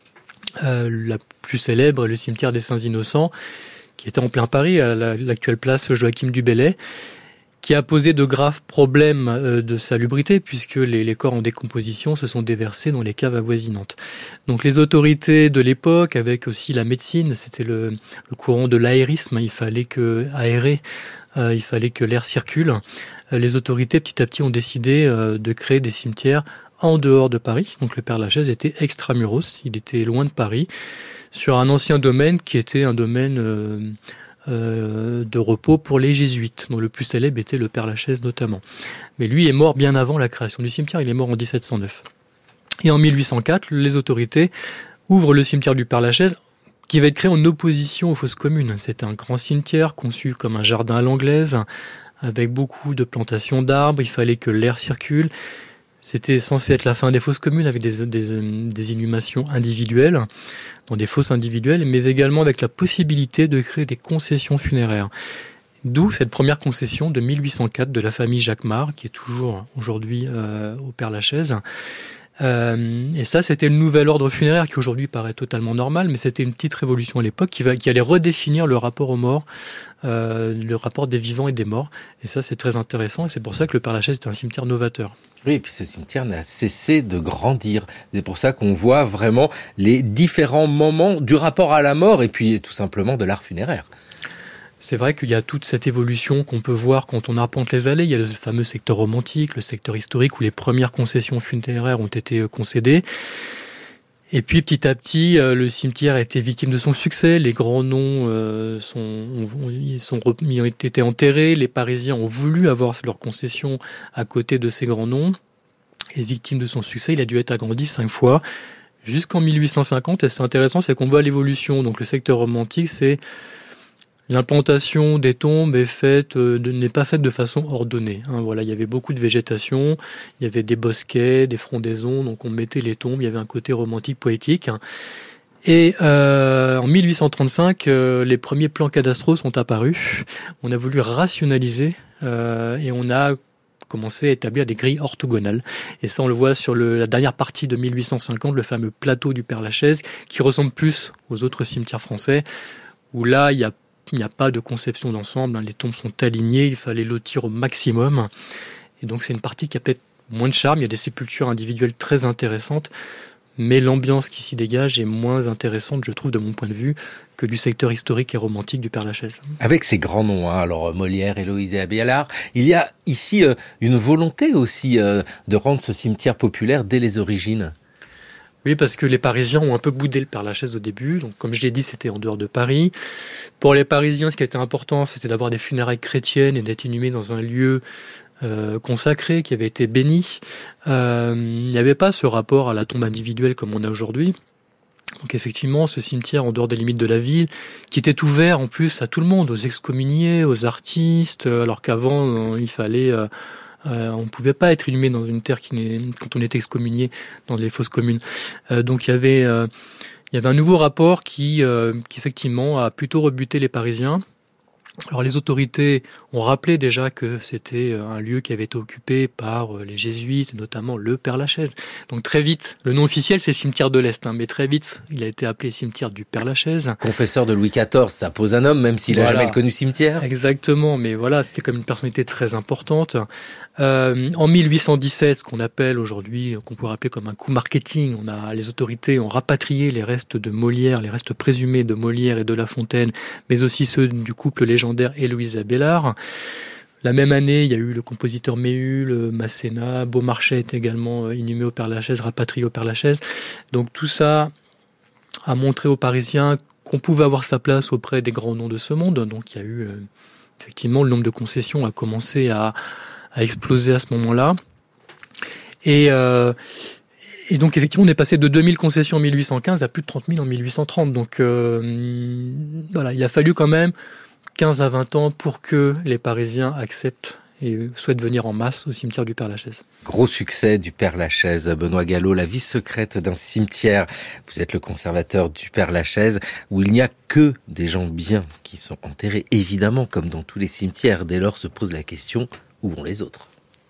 Euh, la plus célèbre est le cimetière des Saints-Innocents qui était en plein Paris à la, l'actuelle place Joachim du Bellay, qui a posé de graves problèmes de salubrité puisque les, les corps en décomposition se sont déversés dans les caves avoisinantes. Donc les autorités de l'époque, avec aussi la médecine, c'était le, le courant de l'aérisme, il fallait que aérer, euh, il fallait que l'air circule. Les autorités petit à petit ont décidé euh, de créer des cimetières en dehors de Paris. Donc le Père-Lachaise était extramuros, il était loin de Paris, sur un ancien domaine qui était un domaine euh, Euh, de repos pour les jésuites, dont le plus célèbre était le Père-Lachaise notamment. Mais lui est mort bien avant la création du cimetière, il est mort en dix-sept cent neuf. Et en mille huit cent quatre, les autorités ouvrent le cimetière du Père-Lachaise, qui va être créé en opposition aux fosses communes. C'est un grand cimetière conçu comme un jardin à l'anglaise, avec beaucoup de plantations d'arbres, il fallait que l'air circule. C'était censé être la fin des fosses communes avec des, des, des inhumations individuelles, dans des fosses individuelles, mais également avec la possibilité de créer des concessions funéraires. D'où cette première concession de mille huit cent quatre de la famille Jacquemart, qui est toujours aujourd'hui euh, au Père-Lachaise. Euh, et ça, c'était le nouvel ordre funéraire qui aujourd'hui paraît totalement normal, mais c'était une petite révolution à l'époque qui, va, qui allait redéfinir le rapport aux morts, euh, le rapport des vivants et des morts. Et ça, c'est très intéressant et c'est pour ça que le Père-Lachaise est un cimetière novateur. Oui, et puis ce cimetière n'a cessé de grandir. C'est pour ça qu'on voit vraiment les différents moments du rapport à la mort et puis tout simplement de l'art funéraire. C'est vrai qu'il y a toute cette évolution qu'on peut voir quand on arpente les allées. Il y a le fameux secteur romantique, le secteur historique où les premières concessions funéraires ont été concédées. Et puis petit à petit, le cimetière a été victime de son succès. Les grands noms euh, sont, ils sont, ils ont été enterrés. Les Parisiens ont voulu avoir leurs concessions à côté de ces grands noms. Et victime de son succès, il a dû être agrandi cinq fois, jusqu'en mille huit cent cinquante. Et c'est intéressant, c'est qu'on voit l'évolution. Donc le secteur romantique, c'est l'implantation des tombes est faite, euh, de, n'est pas faite de façon ordonnée. Hein, voilà, il y avait beaucoup de végétation, il y avait des bosquets, des frondaisons, donc on mettait les tombes, il y avait un côté romantique, poétique. Et euh, en mille huit cent trente-cinq, euh, les premiers plans cadastraux sont apparus. On a voulu rationaliser euh, et on a commencé à établir des grilles orthogonales. Et ça, on le voit sur le, la dernière partie de mille huit cent cinquante, le fameux plateau du Père-Lachaise, qui ressemble plus aux autres cimetières français, où là, il y a Il n'y a pas de conception d'ensemble, hein. Les tombes sont alignées, il fallait lotir au maximum. Et donc c'est une partie qui a peut-être moins de charme, il y a des sépultures individuelles très intéressantes, mais l'ambiance qui s'y dégage est moins intéressante, je trouve, de mon point de vue, que du secteur historique et romantique du Père-Lachaise. Avec ces grands noms, hein, alors Molière, Héloïse et Abélard, il y a ici euh, une volonté aussi euh, de rendre ce cimetière populaire dès les origines. Oui, parce que les Parisiens ont un peu boudé le Père-Lachaise au début. Donc, comme je l'ai dit, c'était en dehors de Paris. Pour les Parisiens, ce qui était important, c'était d'avoir des funérailles chrétiennes et d'être inhumés dans un lieu euh, consacré, qui avait été béni. Euh, il n'y avait pas ce rapport à la tombe individuelle comme on a aujourd'hui. Donc effectivement, ce cimetière en dehors des limites de la ville, qui était ouvert en plus à tout le monde, aux excommuniés, aux artistes, alors qu'avant, il fallait... Euh, Euh, on ne pouvait pas être inhumé dans une terre qui n'est, quand on était excommunié dans les fosses communes. Euh, donc il y avait, euh, il y avait un nouveau rapport qui, euh, qui effectivement a plutôt rebuté les Parisiens. Alors les autorités ont rappelé déjà que c'était un lieu qui avait été occupé par les jésuites, notamment le Père-Lachaise. Donc très vite, le nom officiel c'est cimetière de l'Est, hein, mais très vite il a été appelé cimetière du Père-Lachaise. Confesseur de Louis quatorze, ça pose un homme même s'il n'a voilà. jamais connu cimetière. Exactement, mais voilà, c'était comme une personnalité très importante. Euh, en mille huit cent dix-sept, ce qu'on appelle aujourd'hui, qu'on pourrait appeler comme un coup marketing, on a, les autorités ont rapatrié les restes de Molière, les restes présumés de Molière et de La Fontaine, mais aussi ceux du couple légendaire Héloïse Abélard. La même année, il y a eu le compositeur Méhul, Masséna, Beaumarchais est également inhumé au Père-Lachaise, rapatrié au Père-Lachaise. Donc tout ça a montré aux Parisiens qu'on pouvait avoir sa place auprès des grands noms de ce monde. Donc il y a eu, euh, effectivement, le nombre de concessions a commencé à, à exploser à ce moment-là. Et, euh, et donc effectivement, on est passé de deux mille concessions en mille huit cent quinze à plus de trente mille en mille huit cent trente. Donc euh, voilà, il a fallu quand même quinze à vingt ans pour que les Parisiens acceptent et souhaitent venir en masse au cimetière du Père-Lachaise. Gros succès du Père-Lachaise. Benoît Gallo, la vie secrète d'un cimetière. Vous êtes le conservateur du Père-Lachaise, où il n'y a que des gens bien qui sont enterrés, évidemment, comme dans tous les cimetières. Dès lors se pose la question, où vont les autres ?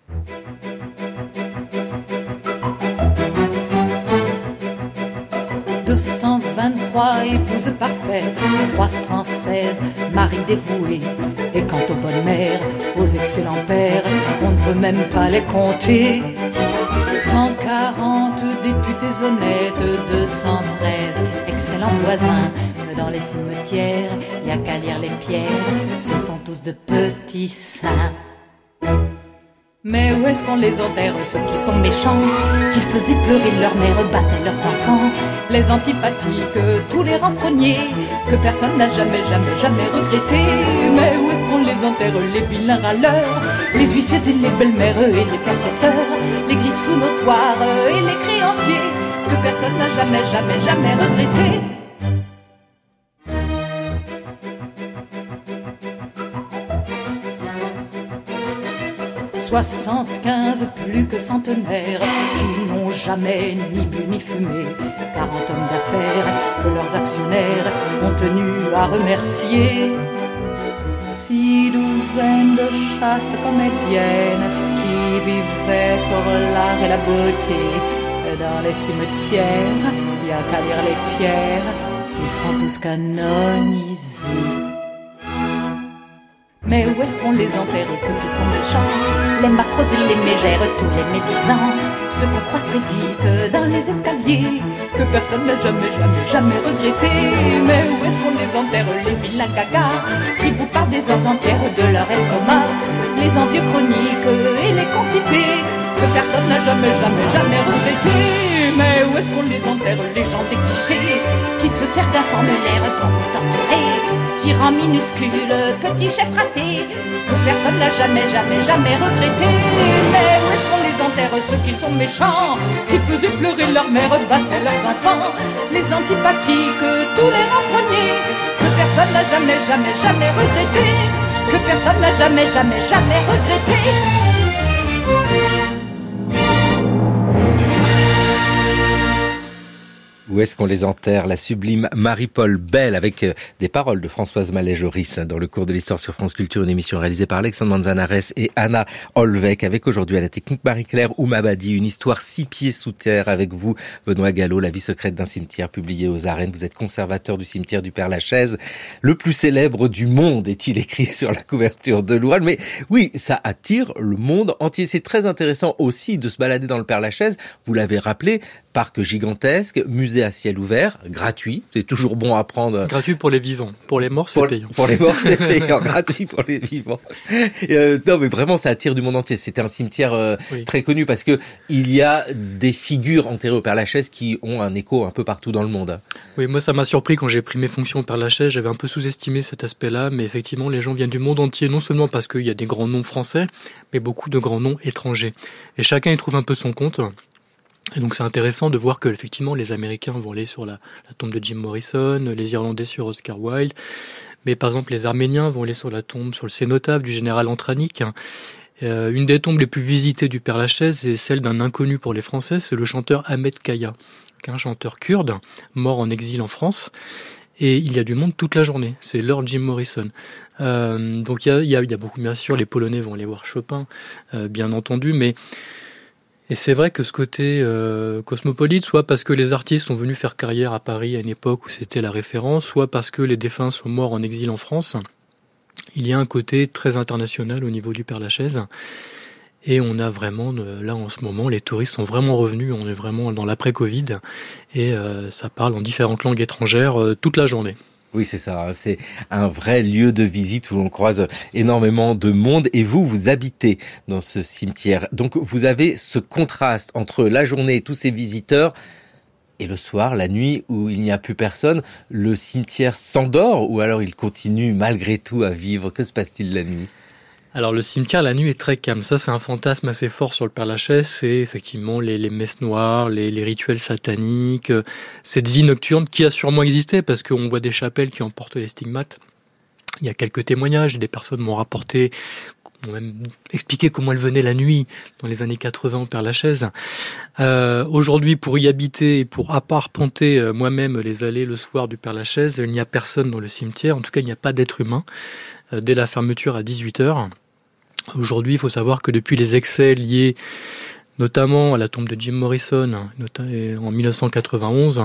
deux cent vingt-trois épouses parfaites, trois cent seize maris dévoués. Et quant aux bonnes mères, aux excellents pères, on ne peut même pas les compter. cent quarante députés honnêtes, deux cent treize excellents voisins. Dans les cimetières, y a qu'à lire les pierres, ce sont tous de petits saints. Mais où est-ce qu'on les enterre, ceux qui sont méchants, qui faisaient pleurer leur mère, battaient leurs enfants, les antipathiques, tous les renfrogniers, que personne n'a jamais, jamais, jamais regretté. Mais où est-ce qu'on les enterre, les vilains râleurs, les huissiers et les belles-mères et les percepteurs, les griffes sous notoires et les créanciers, que personne n'a jamais, jamais, jamais regretté. soixante-quinze plus que centenaires qui n'ont jamais ni bu ni fumé, quarante hommes d'affaires que leurs actionnaires ont tenu à remercier, six douzaines de chastes comédiennes qui vivaient pour l'art et la beauté. Dans les cimetières, il y a qu'à lire les pierres, ils seront tous canonisés. Mais où est-ce qu'on les enterre, ceux qui sont méchants, les macros et les mégères, tous les médisants, ceux qu'on croise très vite dans les escaliers, que personne n'a jamais, jamais, jamais regretté. Mais où est-ce qu'on les enterre, les vilains gagas, qui vous parlent des heures entières de leur estomac, les envieux chroniques et les constipés, que personne n'a jamais, jamais, jamais regretté. Mais où est-ce qu'on les enterre, les gens des clichés qui se servent d'un formulaire pour vous torturer? Tyran minuscule, petit chef raté, que personne n'a jamais, jamais, jamais regretté. Mais où est-ce qu'on les enterre, ceux qui sont méchants, qui faisaient pleurer leur mère, battaient leurs enfants, les antipathiques, tous les renfrogniers, que personne n'a jamais, jamais, jamais regretté, que personne n'a jamais, jamais, jamais regretté. Où est-ce qu'on les enterre? La sublime Marie-Paul Belle, avec des paroles de Françoise Mallet-Joris dans le cours de l'histoire sur France Culture, une émission réalisée par Alexandre Manzanares et Anna Olvec, avec aujourd'hui à la technique Marie-Claire Oumabadi, une histoire six pieds sous terre avec vous, Benoît Gallo, La vie secrète d'un cimetière, publié aux Arènes. Vous êtes conservateur du cimetière du Père-Lachaise, le plus célèbre du monde, est-il écrit sur la couverture de l'ouvrage. Mais oui, ça attire le monde entier. C'est très intéressant aussi de se balader dans le Père-Lachaise. Vous l'avez rappelé, parc gigantesque, musée à ciel ouvert, gratuit. C'est toujours bon à prendre. Gratuit pour les vivants. Pour les morts, c'est pour, payant. Pour les morts, c'est payant. Gratuit pour les vivants. Euh, non, mais vraiment, ça attire du monde entier. C'était un cimetière euh, oui. très connu parce que il y a des figures enterrées au Père-Lachaise qui ont un écho un peu partout dans le monde. Oui, moi, ça m'a surpris quand j'ai pris mes fonctions au Père-Lachaise. J'avais un peu sous-estimé cet aspect-là, mais effectivement, les gens viennent du monde entier, non seulement parce qu'il y a des grands noms français, mais beaucoup de grands noms étrangers. Et chacun y trouve un peu son compte. Et donc c'est intéressant de voir que effectivement les Américains vont aller sur la, la tombe de Jim Morrison, les Irlandais sur Oscar Wilde, mais par exemple les Arméniens vont aller sur la tombe, sur le cénotaphe du général Antranik. Euh, une des tombes les plus visitées du Père-Lachaise est celle d'un inconnu pour les Français, c'est le chanteur Ahmed Kaya, qui est un chanteur kurde, mort en exil en France. Et il y a du monde toute la journée. C'est Lord Jim Morrison. Euh, donc il y a, il y a, il y a beaucoup, bien sûr, les Polonais vont aller voir Chopin, euh, bien entendu, mais et c'est vrai que ce côté euh, cosmopolite, soit parce que les artistes sont venus faire carrière à Paris à une époque où c'était la référence, soit parce que les défunts sont morts en exil en France, il y a un côté très international au niveau du Père-Lachaise. Et on a vraiment, là en ce moment, les touristes sont vraiment revenus, on est vraiment dans l'après-Covid, et euh, ça parle en différentes langues étrangères euh, toute la journée. Oui, c'est ça. C'est un vrai lieu de visite où l'on croise énormément de monde. Et vous, vous habitez dans ce cimetière. Donc, vous avez ce contraste entre la journée et tous ces visiteurs et le soir, la nuit, où il n'y a plus personne. Le cimetière s'endort ou alors il continue malgré tout à vivre? Que se passe-t-il la nuit? Alors le cimetière la nuit est très calme, ça c'est un fantasme assez fort sur le Père-Lachaise, c'est effectivement les, les messes noires, les, les rituels sataniques, euh, cette vie nocturne qui a sûrement existé parce qu'on voit des chapelles qui emportent les stigmates. Il y a quelques témoignages, des personnes m'ont rapporté, m'ont même expliqué comment elles venaient la nuit dans les années quatre-vingts au Père-Lachaise. Euh, aujourd'hui, pour y habiter et pour à part arpenter euh, moi-même les allées le soir du Père-Lachaise, il n'y a personne dans le cimetière, en tout cas il n'y a pas d'être humain, euh, dès la fermeture à dix-huit heures. Aujourd'hui, il faut savoir que depuis les excès liés notamment à la tombe de Jim Morrison en dix-neuf cent quatre-vingt-onze,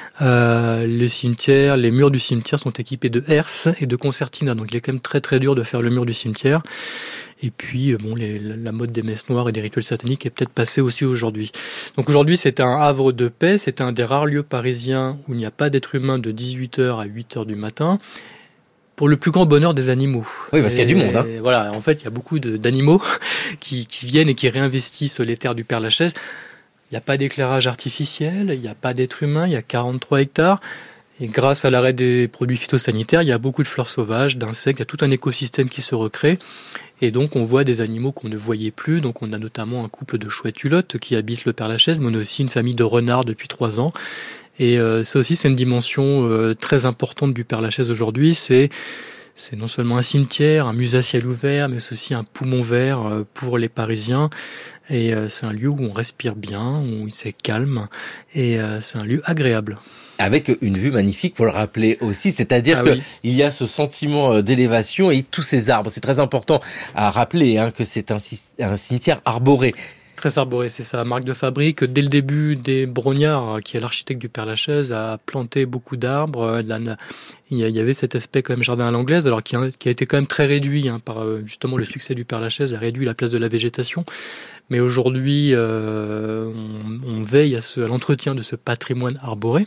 euh, le cimetière, les murs du cimetière sont équipés de herses et de concertina. Donc il est quand même très très dur de faire le mur du cimetière. Et puis bon, les, la mode des messes noires et des rituels sataniques est peut-être passée aussi aujourd'hui. Donc aujourd'hui, c'est un havre de paix, c'est un des rares lieux parisiens où il n'y a pas d'être humain de dix-huit heures à huit heures du matin. Pour le plus grand bonheur des animaux. Oui, parce qu'il y a du monde. Hein. Voilà, en fait, il y a beaucoup de, d'animaux qui, qui viennent et qui réinvestissent les terres du Père-Lachaise. Il n'y a pas d'éclairage artificiel, il n'y a pas d'être humain, il y a quarante-trois hectares. Et grâce à l'arrêt des produits phytosanitaires, il y a beaucoup de fleurs sauvages, d'insectes, il y a tout un écosystème qui se recrée. Et donc, on voit des animaux qu'on ne voyait plus. Donc, on a notamment un couple de chouettes hulottes qui habitent le Père-Lachaise, mais on a aussi une famille de renards depuis trois ans. Et euh, ça aussi, c'est une dimension euh, très importante du Père-Lachaise aujourd'hui. C'est, c'est non seulement un cimetière, un musée à ciel ouvert, mais c'est aussi un poumon vert euh, pour les Parisiens. Et euh, c'est un lieu où on respire bien, où c'est calme, et euh, c'est un lieu agréable. Avec une vue magnifique, faut le rappeler aussi, c'est-à-dire ah, que oui. il y a ce sentiment d'élévation et tous ces arbres. C'est très important à rappeler hein, que c'est un, un cimetière arboré. Très arboré, c'est sa marque de fabrique. Dès le début, des Brognard, qui est l'architecte du Père-Lachaise, a planté beaucoup d'arbres. Il y avait cet aspect quand même jardin à l'anglaise, alors qui a, qui a été quand même très réduit hein, par justement le succès du Père-Lachaise, a réduit la place de la végétation. Mais aujourd'hui, euh, on, on veille à, ce, à l'entretien de ce patrimoine arboré.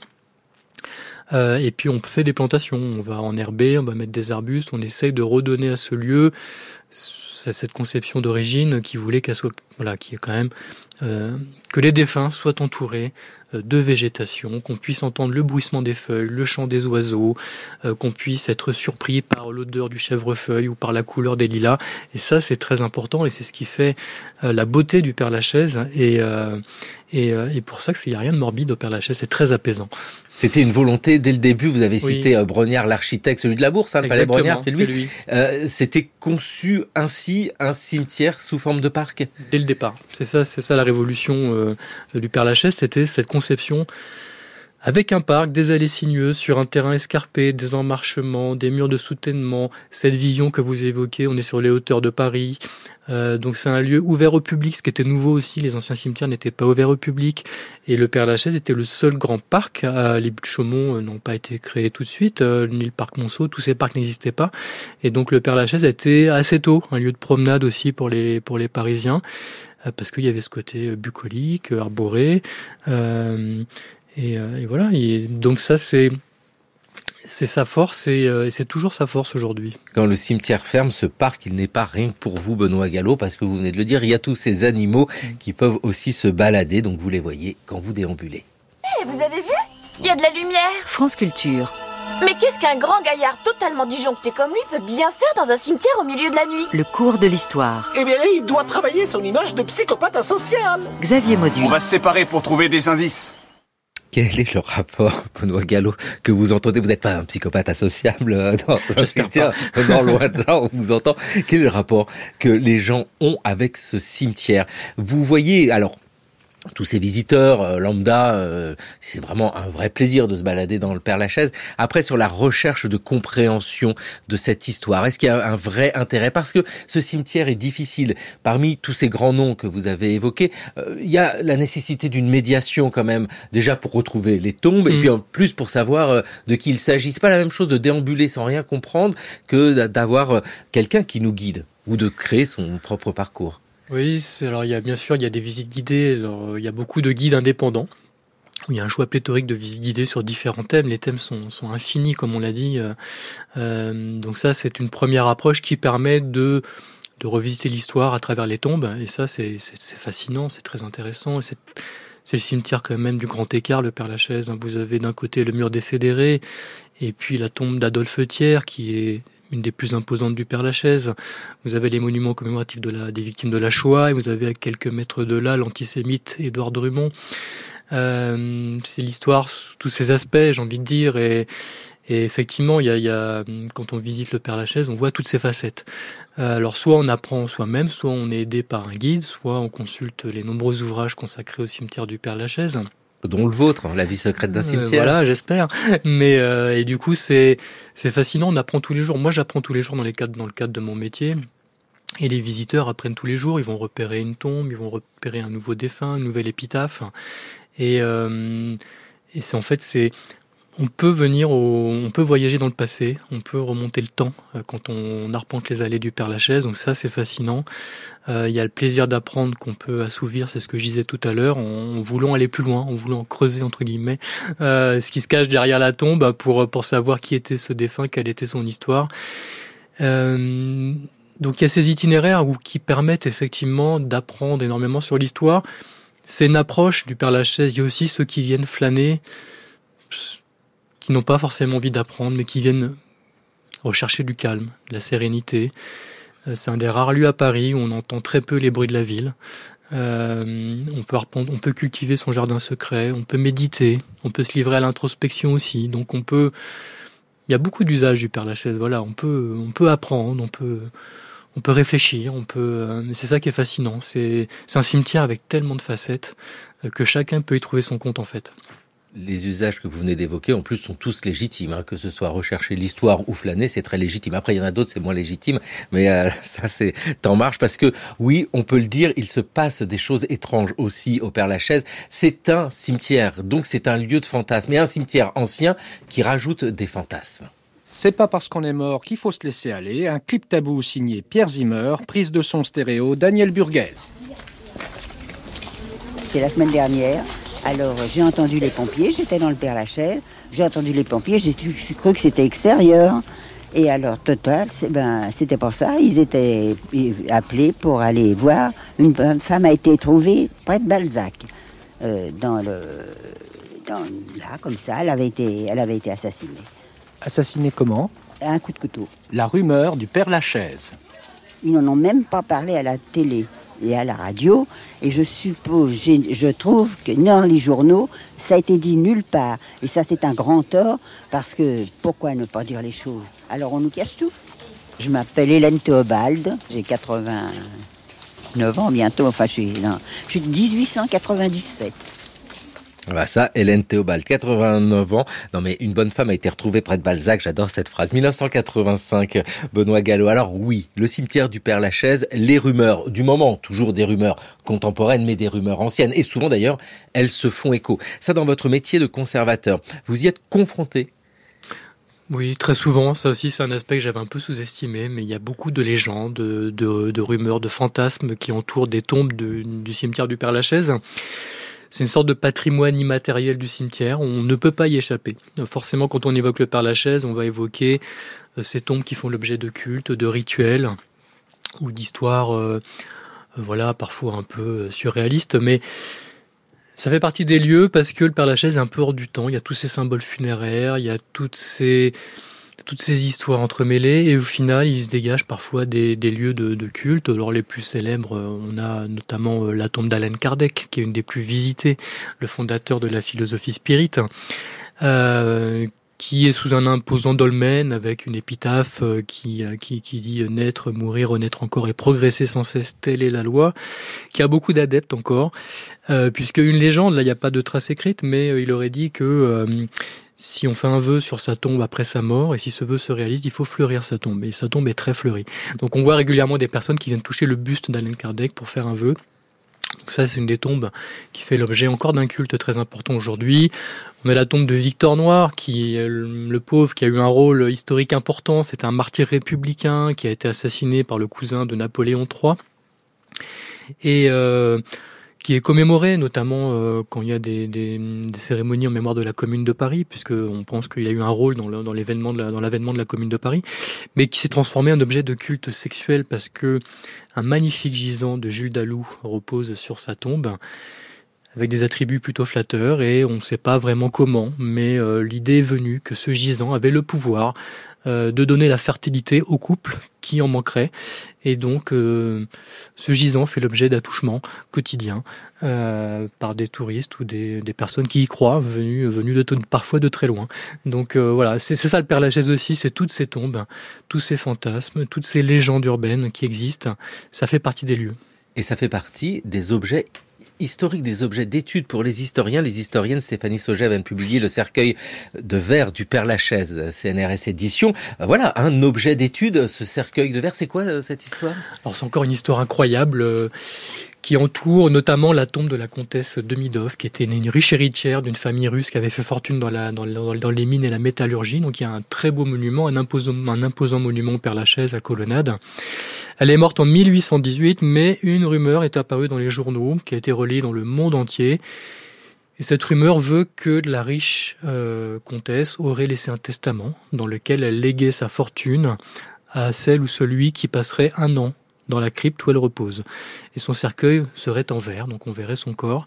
Euh, et puis on fait des plantations, on va enherber, on va mettre des arbustes, on essaye de redonner à ce lieu cette conception d'origine qui voulait qu'elle soit Voilà, qui est quand même euh, que les défunts soient entourés euh, de végétation, qu'on puisse entendre le bruissement des feuilles, le chant des oiseaux, euh, qu'on puisse être surpris par l'odeur du chèvrefeuille ou par la couleur des lilas. Et ça, c'est très important et c'est ce qui fait euh, la beauté du Père-Lachaise. Et, euh, et, euh, et pour ça, il n'y a rien de morbide au Père-Lachaise, c'est très apaisant. C'était une volonté dès le début. Vous avez cité oui. Brognard, l'architecte, celui de la Bourse, hein, le palais Brognard, c'est lui. C'est lui. Euh, c'était conçu ainsi un cimetière sous forme de parc. Dès le départ, c'est ça, c'est ça la révolution euh, du Père-Lachaise, c'était cette conception avec un parc, des allées sinueuses sur un terrain escarpé, des emmarchements, des murs de soutènement, cette vision que vous évoquez, on est sur les hauteurs de Paris. Euh, donc c'est un lieu ouvert au public, ce qui était nouveau aussi, les anciens cimetières n'étaient pas ouverts au public et le Père-Lachaise était le seul grand parc. Euh, les Buttes-Chaumont n'ont pas été créés tout de suite, euh, ni le parc Monceau, tous ces parcs n'existaient pas et donc le Père-Lachaise a été assez tôt un lieu de promenade aussi pour les, pour les Parisiens euh, parce qu'il y avait ce côté bucolique, arboré euh, et, euh, et voilà, et donc ça c'est... C'est sa force et, euh, et c'est toujours sa force aujourd'hui. Quand le cimetière ferme, ce parc, il n'est pas rien que pour vous, Benoît Gallo, parce que vous venez de le dire, il y a tous ces animaux mmh. qui peuvent aussi se balader, donc vous les voyez quand vous déambulez. Hé, hey, vous avez vu ? Il y a de la lumière. France Culture. Mais qu'est-ce qu'un grand gaillard totalement disjoncté comme lui peut bien faire dans un cimetière au milieu de la nuit ? Le cours de l'histoire. Eh bien, il doit travailler son image de psychopathe asocial. Xavier Mauduit. On va se séparer pour trouver des indices. Quel est le rapport, Benoît Gallo, que vous entendez? Vous n'êtes pas un psychopathe associable dans un cimetière, non, loin de là, on vous entend. Quel est le rapport que les gens ont avec ce cimetière? Vous voyez, alors, tous ces visiteurs euh, lambda, euh, c'est vraiment un vrai plaisir de se balader dans le Père-Lachaise. Après, sur la recherche de compréhension de cette histoire, est-ce qu'il y a un vrai intérêt? Parce que ce cimetière est difficile. Parmi tous ces grands noms que vous avez évoqués, euh, il y a la nécessité d'une médiation quand même, déjà pour retrouver les tombes, mmh. et puis en plus pour savoir euh, de qui il s'agit. C'est pas la même chose de déambuler sans rien comprendre que d'avoir euh, quelqu'un qui nous guide ou de créer son propre parcours. Oui, c'est, alors il y a bien sûr il y a des visites guidées. Alors, il y a beaucoup de guides indépendants. Il y a un choix pléthorique de visites guidées sur différents thèmes. Les thèmes sont, sont infinis, comme on l'a dit. Euh, donc ça, c'est une première approche qui permet de de revisiter l'histoire à travers les tombes. Et ça, c'est c'est, c'est fascinant, c'est très intéressant. Et c'est c'est le cimetière quand même du Grand Écart, le Père-Lachaise. Vous avez d'un côté le mur des Fédérés, et puis la tombe d'Adolphe Thiers, qui est une des plus imposantes du Père-Lachaise. Vous avez les monuments commémoratifs de la, des victimes de la Shoah, et vous avez à quelques mètres de là l'antisémite Édouard Drummond. Euh, c'est l'histoire sous tous ses aspects, j'ai envie de dire, et, et effectivement, il y a, il y a, quand on visite le Père-Lachaise, on voit toutes ces facettes. Euh, alors, soit on apprend soi-même, soit on est aidé par un guide, soit on consulte les nombreux ouvrages consacrés au cimetière du Père-Lachaise. Dont le vôtre, La vie secrète d'un cimetière. Euh, voilà, j'espère. Mais euh, et du coup, c'est c'est fascinant. On apprend tous les jours. Moi, j'apprends tous les jours dans les cadres dans le cadre de mon métier. Et les visiteurs apprennent tous les jours. Ils vont repérer une tombe, ils vont repérer un nouveau défunt, une nouvelle épitaphe. Et euh, et c'est en fait c'est on peut venir au, on peut voyager dans le passé, on peut remonter le temps euh, quand on arpente les allées du Père-Lachaise. Donc ça, c'est fascinant. Euh, il y a le plaisir d'apprendre qu'on peut assouvir, c'est ce que je disais tout à l'heure, en, en voulant aller plus loin, en voulant creuser entre guillemets euh, ce qui se cache derrière la tombe pour pour savoir qui était ce défunt, quelle était son histoire. Euh, donc il y a ces itinéraires où, qui permettent effectivement d'apprendre énormément sur l'histoire. C'est une approche du Père-Lachaise. Il y a aussi ceux qui viennent flâner, qui n'ont pas forcément envie d'apprendre, mais qui viennent rechercher du calme, de la sérénité. C'est un des rares lieux à Paris où on entend très peu les bruits de la ville. Euh, on peut apprendre, on peut cultiver son jardin secret, on peut méditer, on peut se livrer à l'introspection aussi. Donc on peut, il y a beaucoup d'usages du Père-Lachaise. Voilà, on peut, on peut apprendre, on peut, on peut réfléchir, on peut. Mais c'est ça qui est fascinant. C'est, c'est un cimetière avec tellement de facettes que chacun peut y trouver son compte en fait. Les usages que vous venez d'évoquer, en plus, sont tous légitimes. Hein, que ce soit rechercher l'histoire ou flâner, c'est très légitime. Après, il y en a d'autres, c'est moins légitime. Mais euh, ça, c'est en marche. Parce que, oui, on peut le dire, il se passe des choses étranges aussi au Père-Lachaise. C'est un cimetière, donc c'est un lieu de fantasmes. Et un cimetière ancien qui rajoute des fantasmes. C'est pas parce qu'on est mort qu'il faut se laisser aller. Un clip tabou signé Pierre Zimmer, prise de son stéréo Daniel Burguez. C'est la semaine dernière. Alors, j'ai entendu les pompiers, j'étais dans le Père-Lachaise, j'ai entendu les pompiers, j'ai cru que c'était extérieur. Et alors, total, c'est, ben, c'était pour ça. Ils étaient appelés pour aller voir. Une femme a été trouvée près de Balzac, euh, dans le, dans, là, comme ça. Elle avait été, elle avait été assassinée. Assassinée comment ? Un coup de couteau. La rumeur du Père Lachaise. Ils n'en ont même pas parlé à la télé et à la radio. Et je suppose, je trouve que dans les journaux, ça a été dit nulle part. Et ça, c'est un grand tort, parce que pourquoi ne pas dire les choses ? Alors on nous cache tout. Je m'appelle Hélène Théobald, j'ai quatre-vingt-neuf ans bientôt, enfin je suis, non, je suis de dix-huit cent quatre-vingt-dix-sept. Bah ça, Hélène Théobald, quatre-vingt-neuf ans. Non mais une bonne femme a été retrouvée près de Balzac, j'adore cette phrase. dix-neuf cent quatre-vingt-cinq, Benoît Gallo. Alors oui, le cimetière du Père Lachaise, les rumeurs du moment, toujours des rumeurs contemporaines, mais des rumeurs anciennes. Et souvent d'ailleurs, elles se font écho. Ça, dans votre métier de conservateur, vous y êtes confronté ? Oui, très souvent. Ça aussi, c'est un aspect que j'avais un peu sous-estimé, mais il y a beaucoup de légendes, de, de, de rumeurs, de fantasmes qui entourent des tombes de, du cimetière du Père Lachaise. C'est une sorte de patrimoine immatériel du cimetière. On ne peut pas y échapper. Forcément, quand on évoque le Père Lachaise, on va évoquer ces tombes qui font l'objet de cultes, de rituels ou d'histoires, euh, voilà, parfois un peu surréalistes. Mais ça fait partie des lieux parce que le Père Lachaise est un peu hors du temps. Il y a tous ces symboles funéraires, il y a toutes ces... toutes ces histoires entremêlées, et au final, il se dégage parfois des, des lieux de, de culte. Alors, les plus célèbres, on a notamment la tombe d'Allan Kardec, qui est une des plus visitées, le fondateur de la philosophie spirit, euh, qui est sous un imposant dolmen avec une épitaphe qui, qui, qui dit « naître, mourir, renaître encore et progresser sans cesse, telle est la loi », qui a beaucoup d'adeptes encore, euh, puisque une légende, là, il n'y a pas de trace écrite, mais il aurait dit que... Euh, si on fait un vœu sur sa tombe après sa mort, et si ce vœu se réalise, il faut fleurir sa tombe. Et sa tombe est très fleurie. Donc on voit régulièrement des personnes qui viennent toucher le buste d'Allan Kardec pour faire un vœu. Donc ça, c'est une des tombes qui fait l'objet encore d'un culte très important aujourd'hui. On a la tombe de Victor Noir, qui le pauvre, qui a eu un rôle historique important. C'est un martyr républicain qui a été assassiné par le cousin de Napoléon trois. Et... Euh, qui est commémoré, notamment euh, quand il y a des, des, des cérémonies en mémoire de la Commune de Paris, puisqu'on pense qu'il a eu un rôle dans, le, dans, l'événement de la, dans l'avènement de la Commune de Paris, mais qui s'est transformé en objet de culte sexuel parce que un magnifique gisant de Jules Dalou repose sur sa tombe, avec des attributs plutôt flatteurs, et on ne sait pas vraiment comment, mais euh, l'idée est venue que ce gisant avait le pouvoir euh, de donner la fertilité au couple qui en manquerait, et donc euh, ce gisant fait l'objet d'attouchements quotidiens euh, par des touristes ou des, des personnes qui y croient, venus, venus de, parfois de très loin. Donc euh, voilà, c'est, c'est ça le Père Lachaise aussi, c'est toutes ces tombes, tous ces fantasmes, toutes ces légendes urbaines qui existent, ça fait partie des lieux. Et ça fait partie des objets historique, des objets d'étude pour les historiens. Les historiennes, Stéphanie Sauget vient de publier le cercueil de verre du Père Lachaise, C N R S Édition. Voilà, un objet d'étude, ce cercueil de verre. C'est quoi cette histoire ? Alors c'est encore une histoire incroyable euh, qui entoure notamment la tombe de la comtesse Demidov, qui était une riche héritière d'une famille russe qui avait fait fortune dans, la, dans, dans, dans les mines et la métallurgie. Donc il y a un très beau monument, un imposant, un imposant monument au Père Lachaise, la colonnade. Elle est morte en mille huit cent dix-huit, mais une rumeur est apparue dans les journaux, qui a été relayée dans le monde entier. Et cette rumeur veut que la riche euh, comtesse aurait laissé un testament dans lequel elle léguait sa fortune à celle ou celui qui passerait un an dans la crypte où elle repose. Et son cercueil serait en verre, donc on verrait son corps.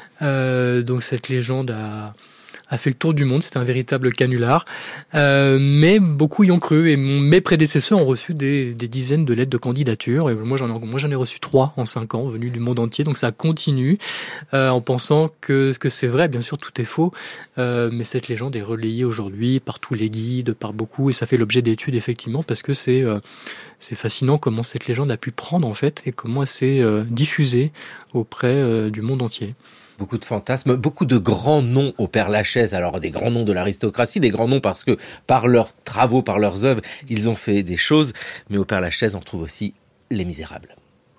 Euh, donc cette légende a... a fait le tour du monde, c'était un véritable canular, euh, mais beaucoup y ont cru, et mes prédécesseurs ont reçu des, des dizaines de lettres de candidature, et moi j'en ai, moi j'en ai reçu trois en cinq ans, venus du monde entier, donc ça continue, euh, en pensant que, que c'est vrai, bien sûr tout est faux, euh, mais cette légende est relayée aujourd'hui par tous les guides, par beaucoup, et ça fait l'objet d'études effectivement, parce que c'est, euh, c'est fascinant comment cette légende a pu prendre en fait, et comment elle s'est euh, diffusée auprès euh, du monde entier. Beaucoup de fantasmes, beaucoup de grands noms au Père Lachaise. Alors des grands noms de l'aristocratie, des grands noms parce que par leurs travaux, par leurs œuvres, ils ont fait des choses. Mais au Père Lachaise, on retrouve aussi les Misérables.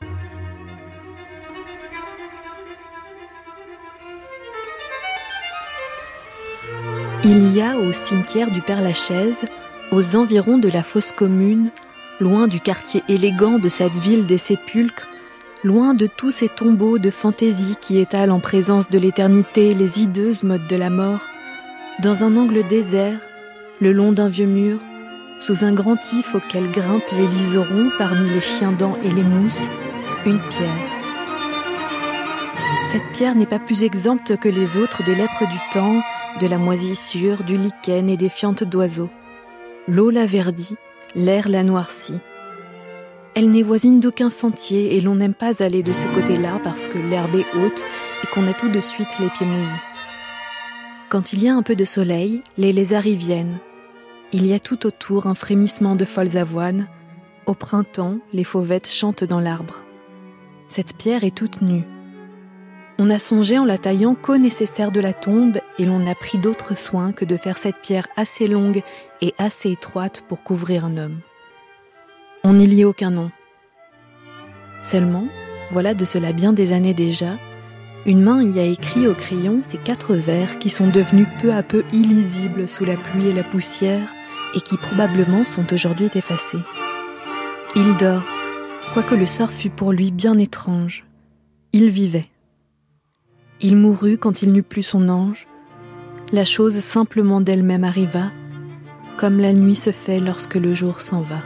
Il y a au cimetière du Père Lachaise, aux environs de la fosse commune, loin du quartier élégant de cette ville des sépulcres, loin de tous ces tombeaux de fantaisie qui étalent en présence de l'éternité les hideuses modes de la mort, dans un angle désert, le long d'un vieux mur, sous un grand if auquel grimpent les liserons parmi les chiens-dents et les mousses, une pierre. Cette pierre n'est pas plus exempte que les autres des lèpres du temps, de la moisissure, du lichen et des fientes d'oiseaux. L'eau la verdit, l'air la noircit. Elle n'est voisine d'aucun sentier et l'on n'aime pas aller de ce côté-là parce que l'herbe est haute et qu'on a tout de suite les pieds mouillés. Quand il y a un peu de soleil, les lézards y viennent. Il y a tout autour un frémissement de folles avoines. Au printemps, les fauvettes chantent dans l'arbre. Cette pierre est toute nue. On a songé en la taillant qu'au nécessaire de la tombe et l'on n'a pris d'autres soins que de faire cette pierre assez longue et assez étroite pour couvrir un homme. On n'y lit aucun nom. Seulement, voilà de cela bien des années déjà, une main y a écrit au crayon ces quatre vers qui sont devenus peu à peu illisibles sous la pluie et la poussière et qui probablement sont aujourd'hui effacés. Il dort, quoique le sort fût pour lui bien étrange. Il vivait. Il mourut quand il n'eut plus son ange. La chose simplement d'elle-même arriva, comme la nuit se fait lorsque le jour s'en va.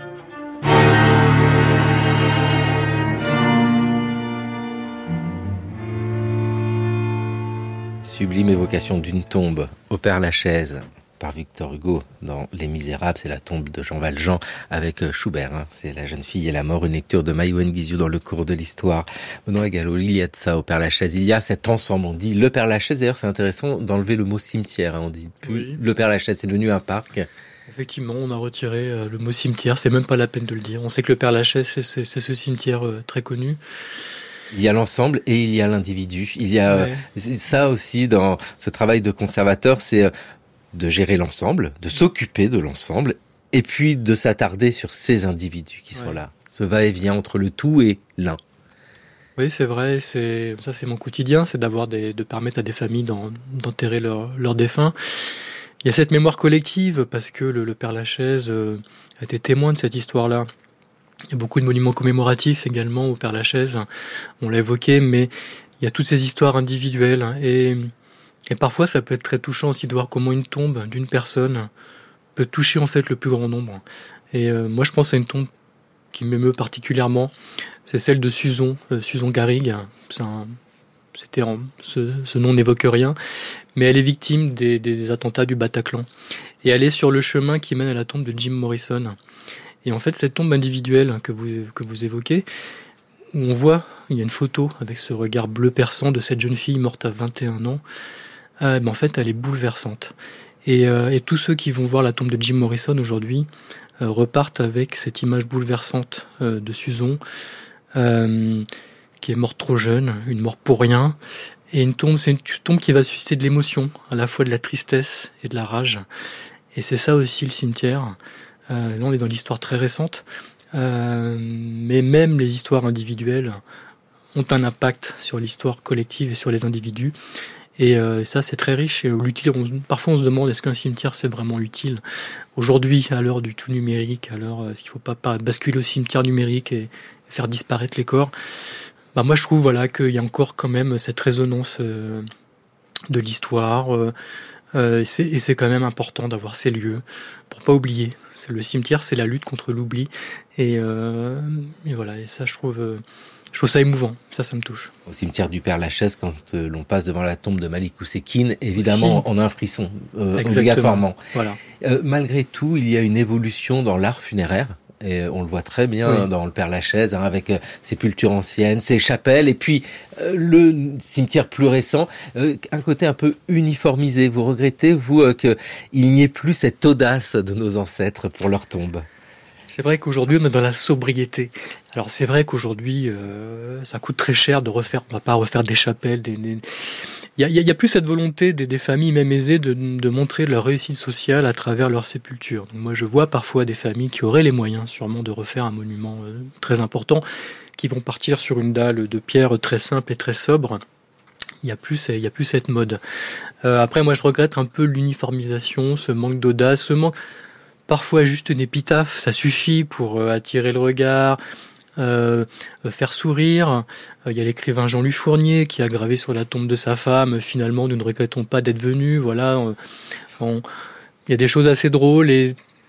Sublime évocation d'une tombe au Père-Lachaise par Victor Hugo dans Les Misérables, c'est la tombe de Jean Valjean avec Schubert, hein. C'est La jeune fille et la mort, une lecture de Maïwenn Guizou dans le cours de l'histoire. Benoît Gallo, il y a de ça au Père-Lachaise, il y a cet ensemble, on dit le Père-Lachaise, d'ailleurs c'est intéressant d'enlever le mot cimetière, hein. On dit plus oui. Le Père-Lachaise, c'est devenu un parc. Effectivement, on a retiré euh, le mot cimetière, c'est même pas la peine de le dire. On sait que le Père-Lachaise, c'est, c'est, c'est ce cimetière euh, très connu. Il y a l'ensemble et il y a l'individu. Il y a ouais. euh, ça aussi dans ce travail de conservateur, c'est euh, de gérer l'ensemble, de s'occuper de l'ensemble et puis de s'attarder sur ces individus qui ouais. sont là. Ce va-et-vient entre le tout et l'un. Oui, c'est vrai. C'est ça, c'est mon quotidien, c'est d'avoir des, de permettre à des familles d'en, d'enterrer leurs leur défunts. Il y a cette mémoire collective parce que le, le Père-Lachaise euh, a été témoin de cette histoire-là. Il y a beaucoup de monuments commémoratifs également au Père-Lachaise, on l'a évoqué, mais il y a toutes ces histoires individuelles. Et, et parfois, ça peut être très touchant aussi de voir comment une tombe d'une personne peut toucher en fait le plus grand nombre. Et euh, moi, je pense à une tombe qui m'émeut particulièrement, c'est celle de Suzon, euh, Suzon Garrigue. C'est un, c'était en, ce, ce nom n'évoque rien, mais elle est victime des, des attentats du Bataclan. Et elle est sur le chemin qui mène à la tombe de Jim Morrison. Et en fait, cette tombe individuelle que vous, que vous évoquez, où on voit, il y a une photo avec ce regard bleu perçant de cette jeune fille morte à vingt et un ans, euh, ben en fait, elle est bouleversante. Et, euh, et tous ceux qui vont voir la tombe de Jim Morrison aujourd'hui euh, repartent avec cette image bouleversante euh, de Suzon, euh, qui est morte trop jeune, une mort pour rien. Et une tombe, c'est une tombe qui va susciter de l'émotion, à la fois de la tristesse et de la rage. Et c'est ça aussi le cimetière. Euh, là, on est dans l'histoire très récente, euh, mais même les histoires individuelles ont un impact sur l'histoire collective et sur les individus. Et euh, ça, c'est très riche. Et l'utile, on, parfois, on se demande est-ce qu'un cimetière c'est vraiment utile aujourd'hui, à l'heure du tout numérique, à l'heure est-ce qu'il ne faut pas, pas basculer au cimetière numérique et, et faire disparaître les corps. Bah, moi, je trouve voilà qu'il y a encore quand même cette résonance euh, de l'histoire. Euh, euh, et, c'est, et c'est quand même important d'avoir ces lieux pour pas oublier. Le cimetière, c'est la lutte contre l'oubli. Et, euh, et voilà, et ça, je trouve, euh, je trouve ça émouvant. Ça, ça me touche. Au cimetière du Père-Lachaise, quand euh, l'on passe devant la tombe de Malik Oussekine, évidemment, si. on a un frisson, euh, obligatoirement. Voilà. Euh, malgré tout, il y a une évolution dans l'art funéraire. Et on le voit très bien oui. dans le Père-Lachaise, hein, avec euh, ses pultures anciennes, ses chapelles, et puis euh, le cimetière plus récent, euh, un côté un peu uniformisé. Vous regrettez, vous, euh, qu'il n'y ait plus cette audace de nos ancêtres pour leur tombe? C'est vrai qu'aujourd'hui, on est dans la sobriété. Alors c'est vrai qu'aujourd'hui, euh, ça coûte très cher de refaire, on va pas refaire des chapelles, des... des... Il n'y a, a, a plus cette volonté des, des familles même aisées de, de montrer leur réussite sociale à travers leur sépulture. Donc moi, je vois parfois des familles qui auraient les moyens sûrement de refaire un monument euh, très important, qui vont partir sur une dalle de pierre très simple et très sobre. Il n'y a plus, il y a plus cette mode. Euh, après, moi, je regrette un peu l'uniformisation, ce manque d'audace, ce manque... Parfois, juste une épitaphe, ça suffit pour euh, attirer le regard, Euh, faire sourire. Il euh, y a l'écrivain Jean-Louis Fournier qui a gravé sur la tombe de sa femme, finalement nous ne regrettons pas d'être venus. Voilà, on, on, il y a des choses assez drôles et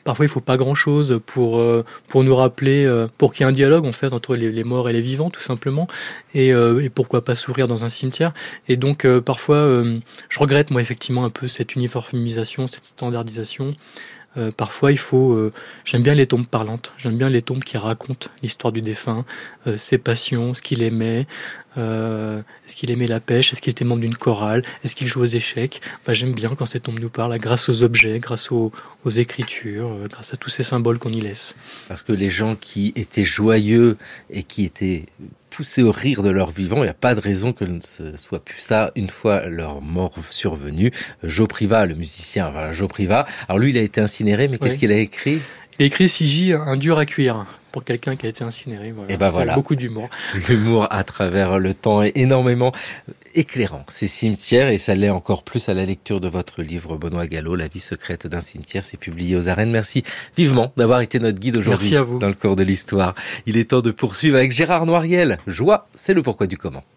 parfois il faut pas grand-chose pour euh, pour nous rappeler, euh, pour qu'il y ait un dialogue en fait entre les, les morts et les vivants tout simplement, et, euh, et pourquoi pas sourire dans un cimetière. Et donc euh, parfois euh, je regrette moi effectivement un peu cette uniformisation, cette standardisation. Euh, parfois, il faut. Euh, j'aime bien les tombes parlantes. J'aime bien les tombes qui racontent l'histoire du défunt, euh, ses passions, ce qu'il aimait. Euh, est-ce qu'il aimait la pêche? Est-ce qu'il était membre d'une chorale? Est-ce qu'il jouait aux échecs? Bah, j'aime bien quand ces tombes nous parlent, grâce aux objets, grâce aux, aux écritures, euh, grâce à tous ces symboles qu'on y laisse. Parce que les gens qui étaient joyeux et qui étaient poussés au rire de leur vivant, il n'y a pas de raison que ce soit plus ça une fois leur mort survenue. Joe Privat, le musicien, voilà, Joe Privat. Alors lui, il a été incinéré, mais oui. Qu'est-ce qu'il a écrit? Il a écrit Sigi, un dur à cuire, pour quelqu'un qui a été incinéré. Voilà. Et ben voilà. Beaucoup d'humour. L'humour à travers le temps est énormément éclairant. Ces cimetières, et ça l'est encore plus à la lecture de votre livre, Benoît Gallo, La vie secrète d'un cimetière, c'est publié aux Arènes. Merci vivement d'avoir été notre guide aujourd'hui dans le cours de l'histoire. Il est temps de poursuivre avec Gérard Noiriel. Joie, c'est le pourquoi du comment.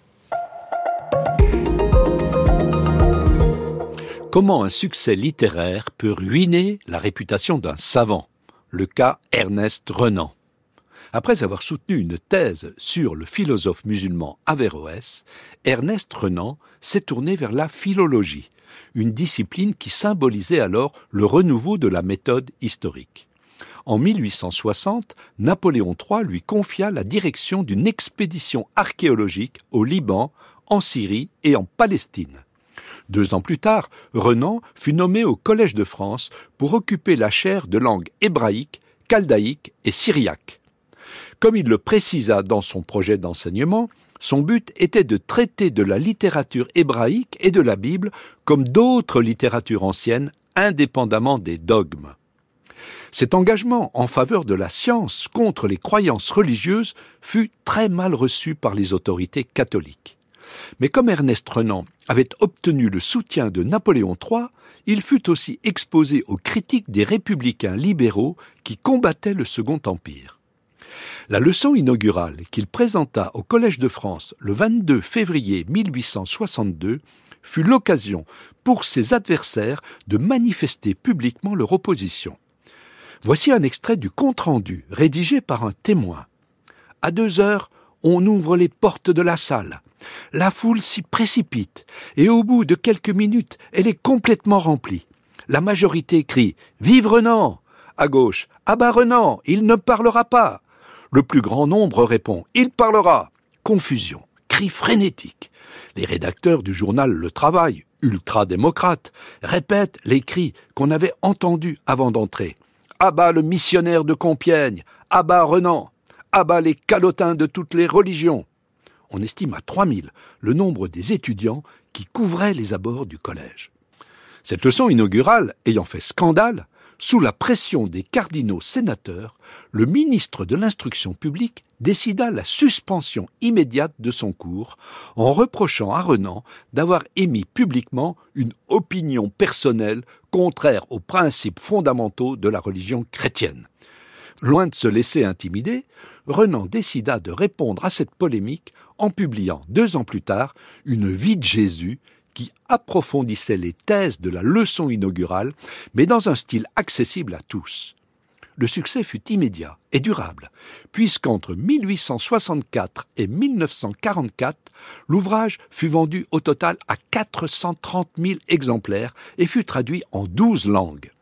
Comment un succès littéraire peut ruiner la réputation d'un savant? Le cas Ernest Renan. Après avoir soutenu une thèse sur le philosophe musulman Averroès, Ernest Renan s'est tourné vers la philologie, une discipline qui symbolisait alors le renouveau de la méthode historique. En mille huit cent soixante, Napoléon trois lui confia la direction d'une expédition archéologique au Liban, en Syrie et en Palestine. Deux ans plus tard, Renan fut nommé au Collège de France pour occuper la chaire de langue hébraïque, chaldéique et syriaque. Comme il le précisa dans son projet d'enseignement, son but était de traiter de la littérature hébraïque et de la Bible comme d'autres littératures anciennes, indépendamment des dogmes. Cet engagement en faveur de la science contre les croyances religieuses fut très mal reçu par les autorités catholiques. Mais comme Ernest Renan avait obtenu le soutien de Napoléon trois, il fut aussi exposé aux critiques des républicains libéraux qui combattaient le Second Empire. La leçon inaugurale qu'il présenta au Collège de France le vingt-deux février mille huit cent soixante-deux fut l'occasion pour ses adversaires de manifester publiquement leur opposition. Voici un extrait du compte-rendu rédigé par un témoin. À deux heures, on ouvre les portes de la salle. La foule s'y précipite et au bout de quelques minutes, elle est complètement remplie. La majorité crie « Vive Renan !» À gauche « Ah bah Renan, il ne parlera pas !» Le plus grand nombre répond « Il parlera !» Confusion, cris frénétiques. Les rédacteurs du journal Le Travail, ultra-démocrates, répètent les cris qu'on avait entendus avant d'entrer. « Ah bah le missionnaire de Compiègne !»« Ah bah Renan !»« Ah bah les calotins de toutes les religions !» On estime à trois mille le nombre des étudiants qui couvraient les abords du collège. Cette leçon inaugurale ayant fait scandale, sous la pression des cardinaux sénateurs, le ministre de l'Instruction publique décida la suspension immédiate de son cours en reprochant à Renan d'avoir émis publiquement une opinion personnelle contraire aux principes fondamentaux de la religion chrétienne. Loin de se laisser intimider, Renan décida de répondre à cette polémique en publiant deux ans plus tard une vie de Jésus qui approfondissait les thèses de la leçon inaugurale, mais dans un style accessible à tous. Le succès fut immédiat et durable, puisqu'entre mille huit cent soixante-quatre et mille neuf cent quarante-quatre, l'ouvrage fut vendu au total à quatre cent trente mille exemplaires et fut traduit en douze langues.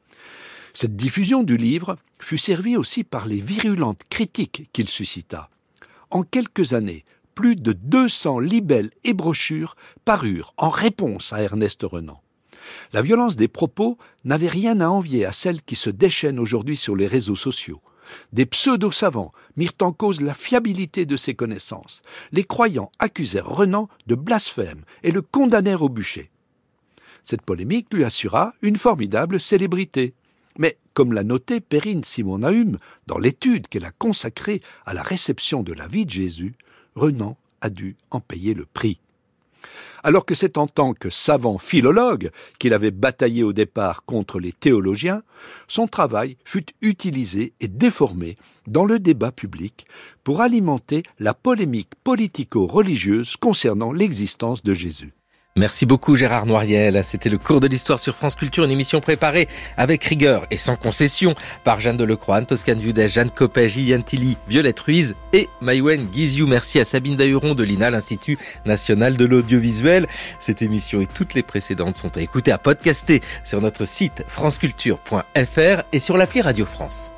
Cette diffusion du livre fut servie aussi par les virulentes critiques qu'il suscita. En quelques années, plus de deux cents libelles et brochures parurent en réponse à Ernest Renan. La violence des propos n'avait rien à envier à celle qui se déchaîne aujourd'hui sur les réseaux sociaux. Des pseudo-savants mirent en cause la fiabilité de ses connaissances. Les croyants accusèrent Renan de blasphème et le condamnèrent au bûcher. Cette polémique lui assura une formidable célébrité. Mais, comme l'a noté Perrine Simon-Nahum dans l'étude qu'elle a consacrée à la réception de la vie de Jésus, Renan a dû en payer le prix. Alors que c'est en tant que savant philologue qu'il avait bataillé au départ contre les théologiens, son travail fut utilisé et déformé dans le débat public pour alimenter la polémique politico-religieuse concernant l'existence de Jésus. Merci beaucoup Gérard Noiriel. C'était le cours de l'histoire sur France Culture, une émission préparée avec rigueur et sans concession par Jeanne Delecroix, Toscane Viudès, Jeanne Copet, Gilliane Tilly, Violette Ruiz et Maïwen Guiziou. Merci à Sabine Dahuron de l'I N A, l'Institut National de l'Audiovisuel. Cette émission et toutes les précédentes sont à écouter, à podcaster sur notre site franceculture point f r et sur l'appli Radio France.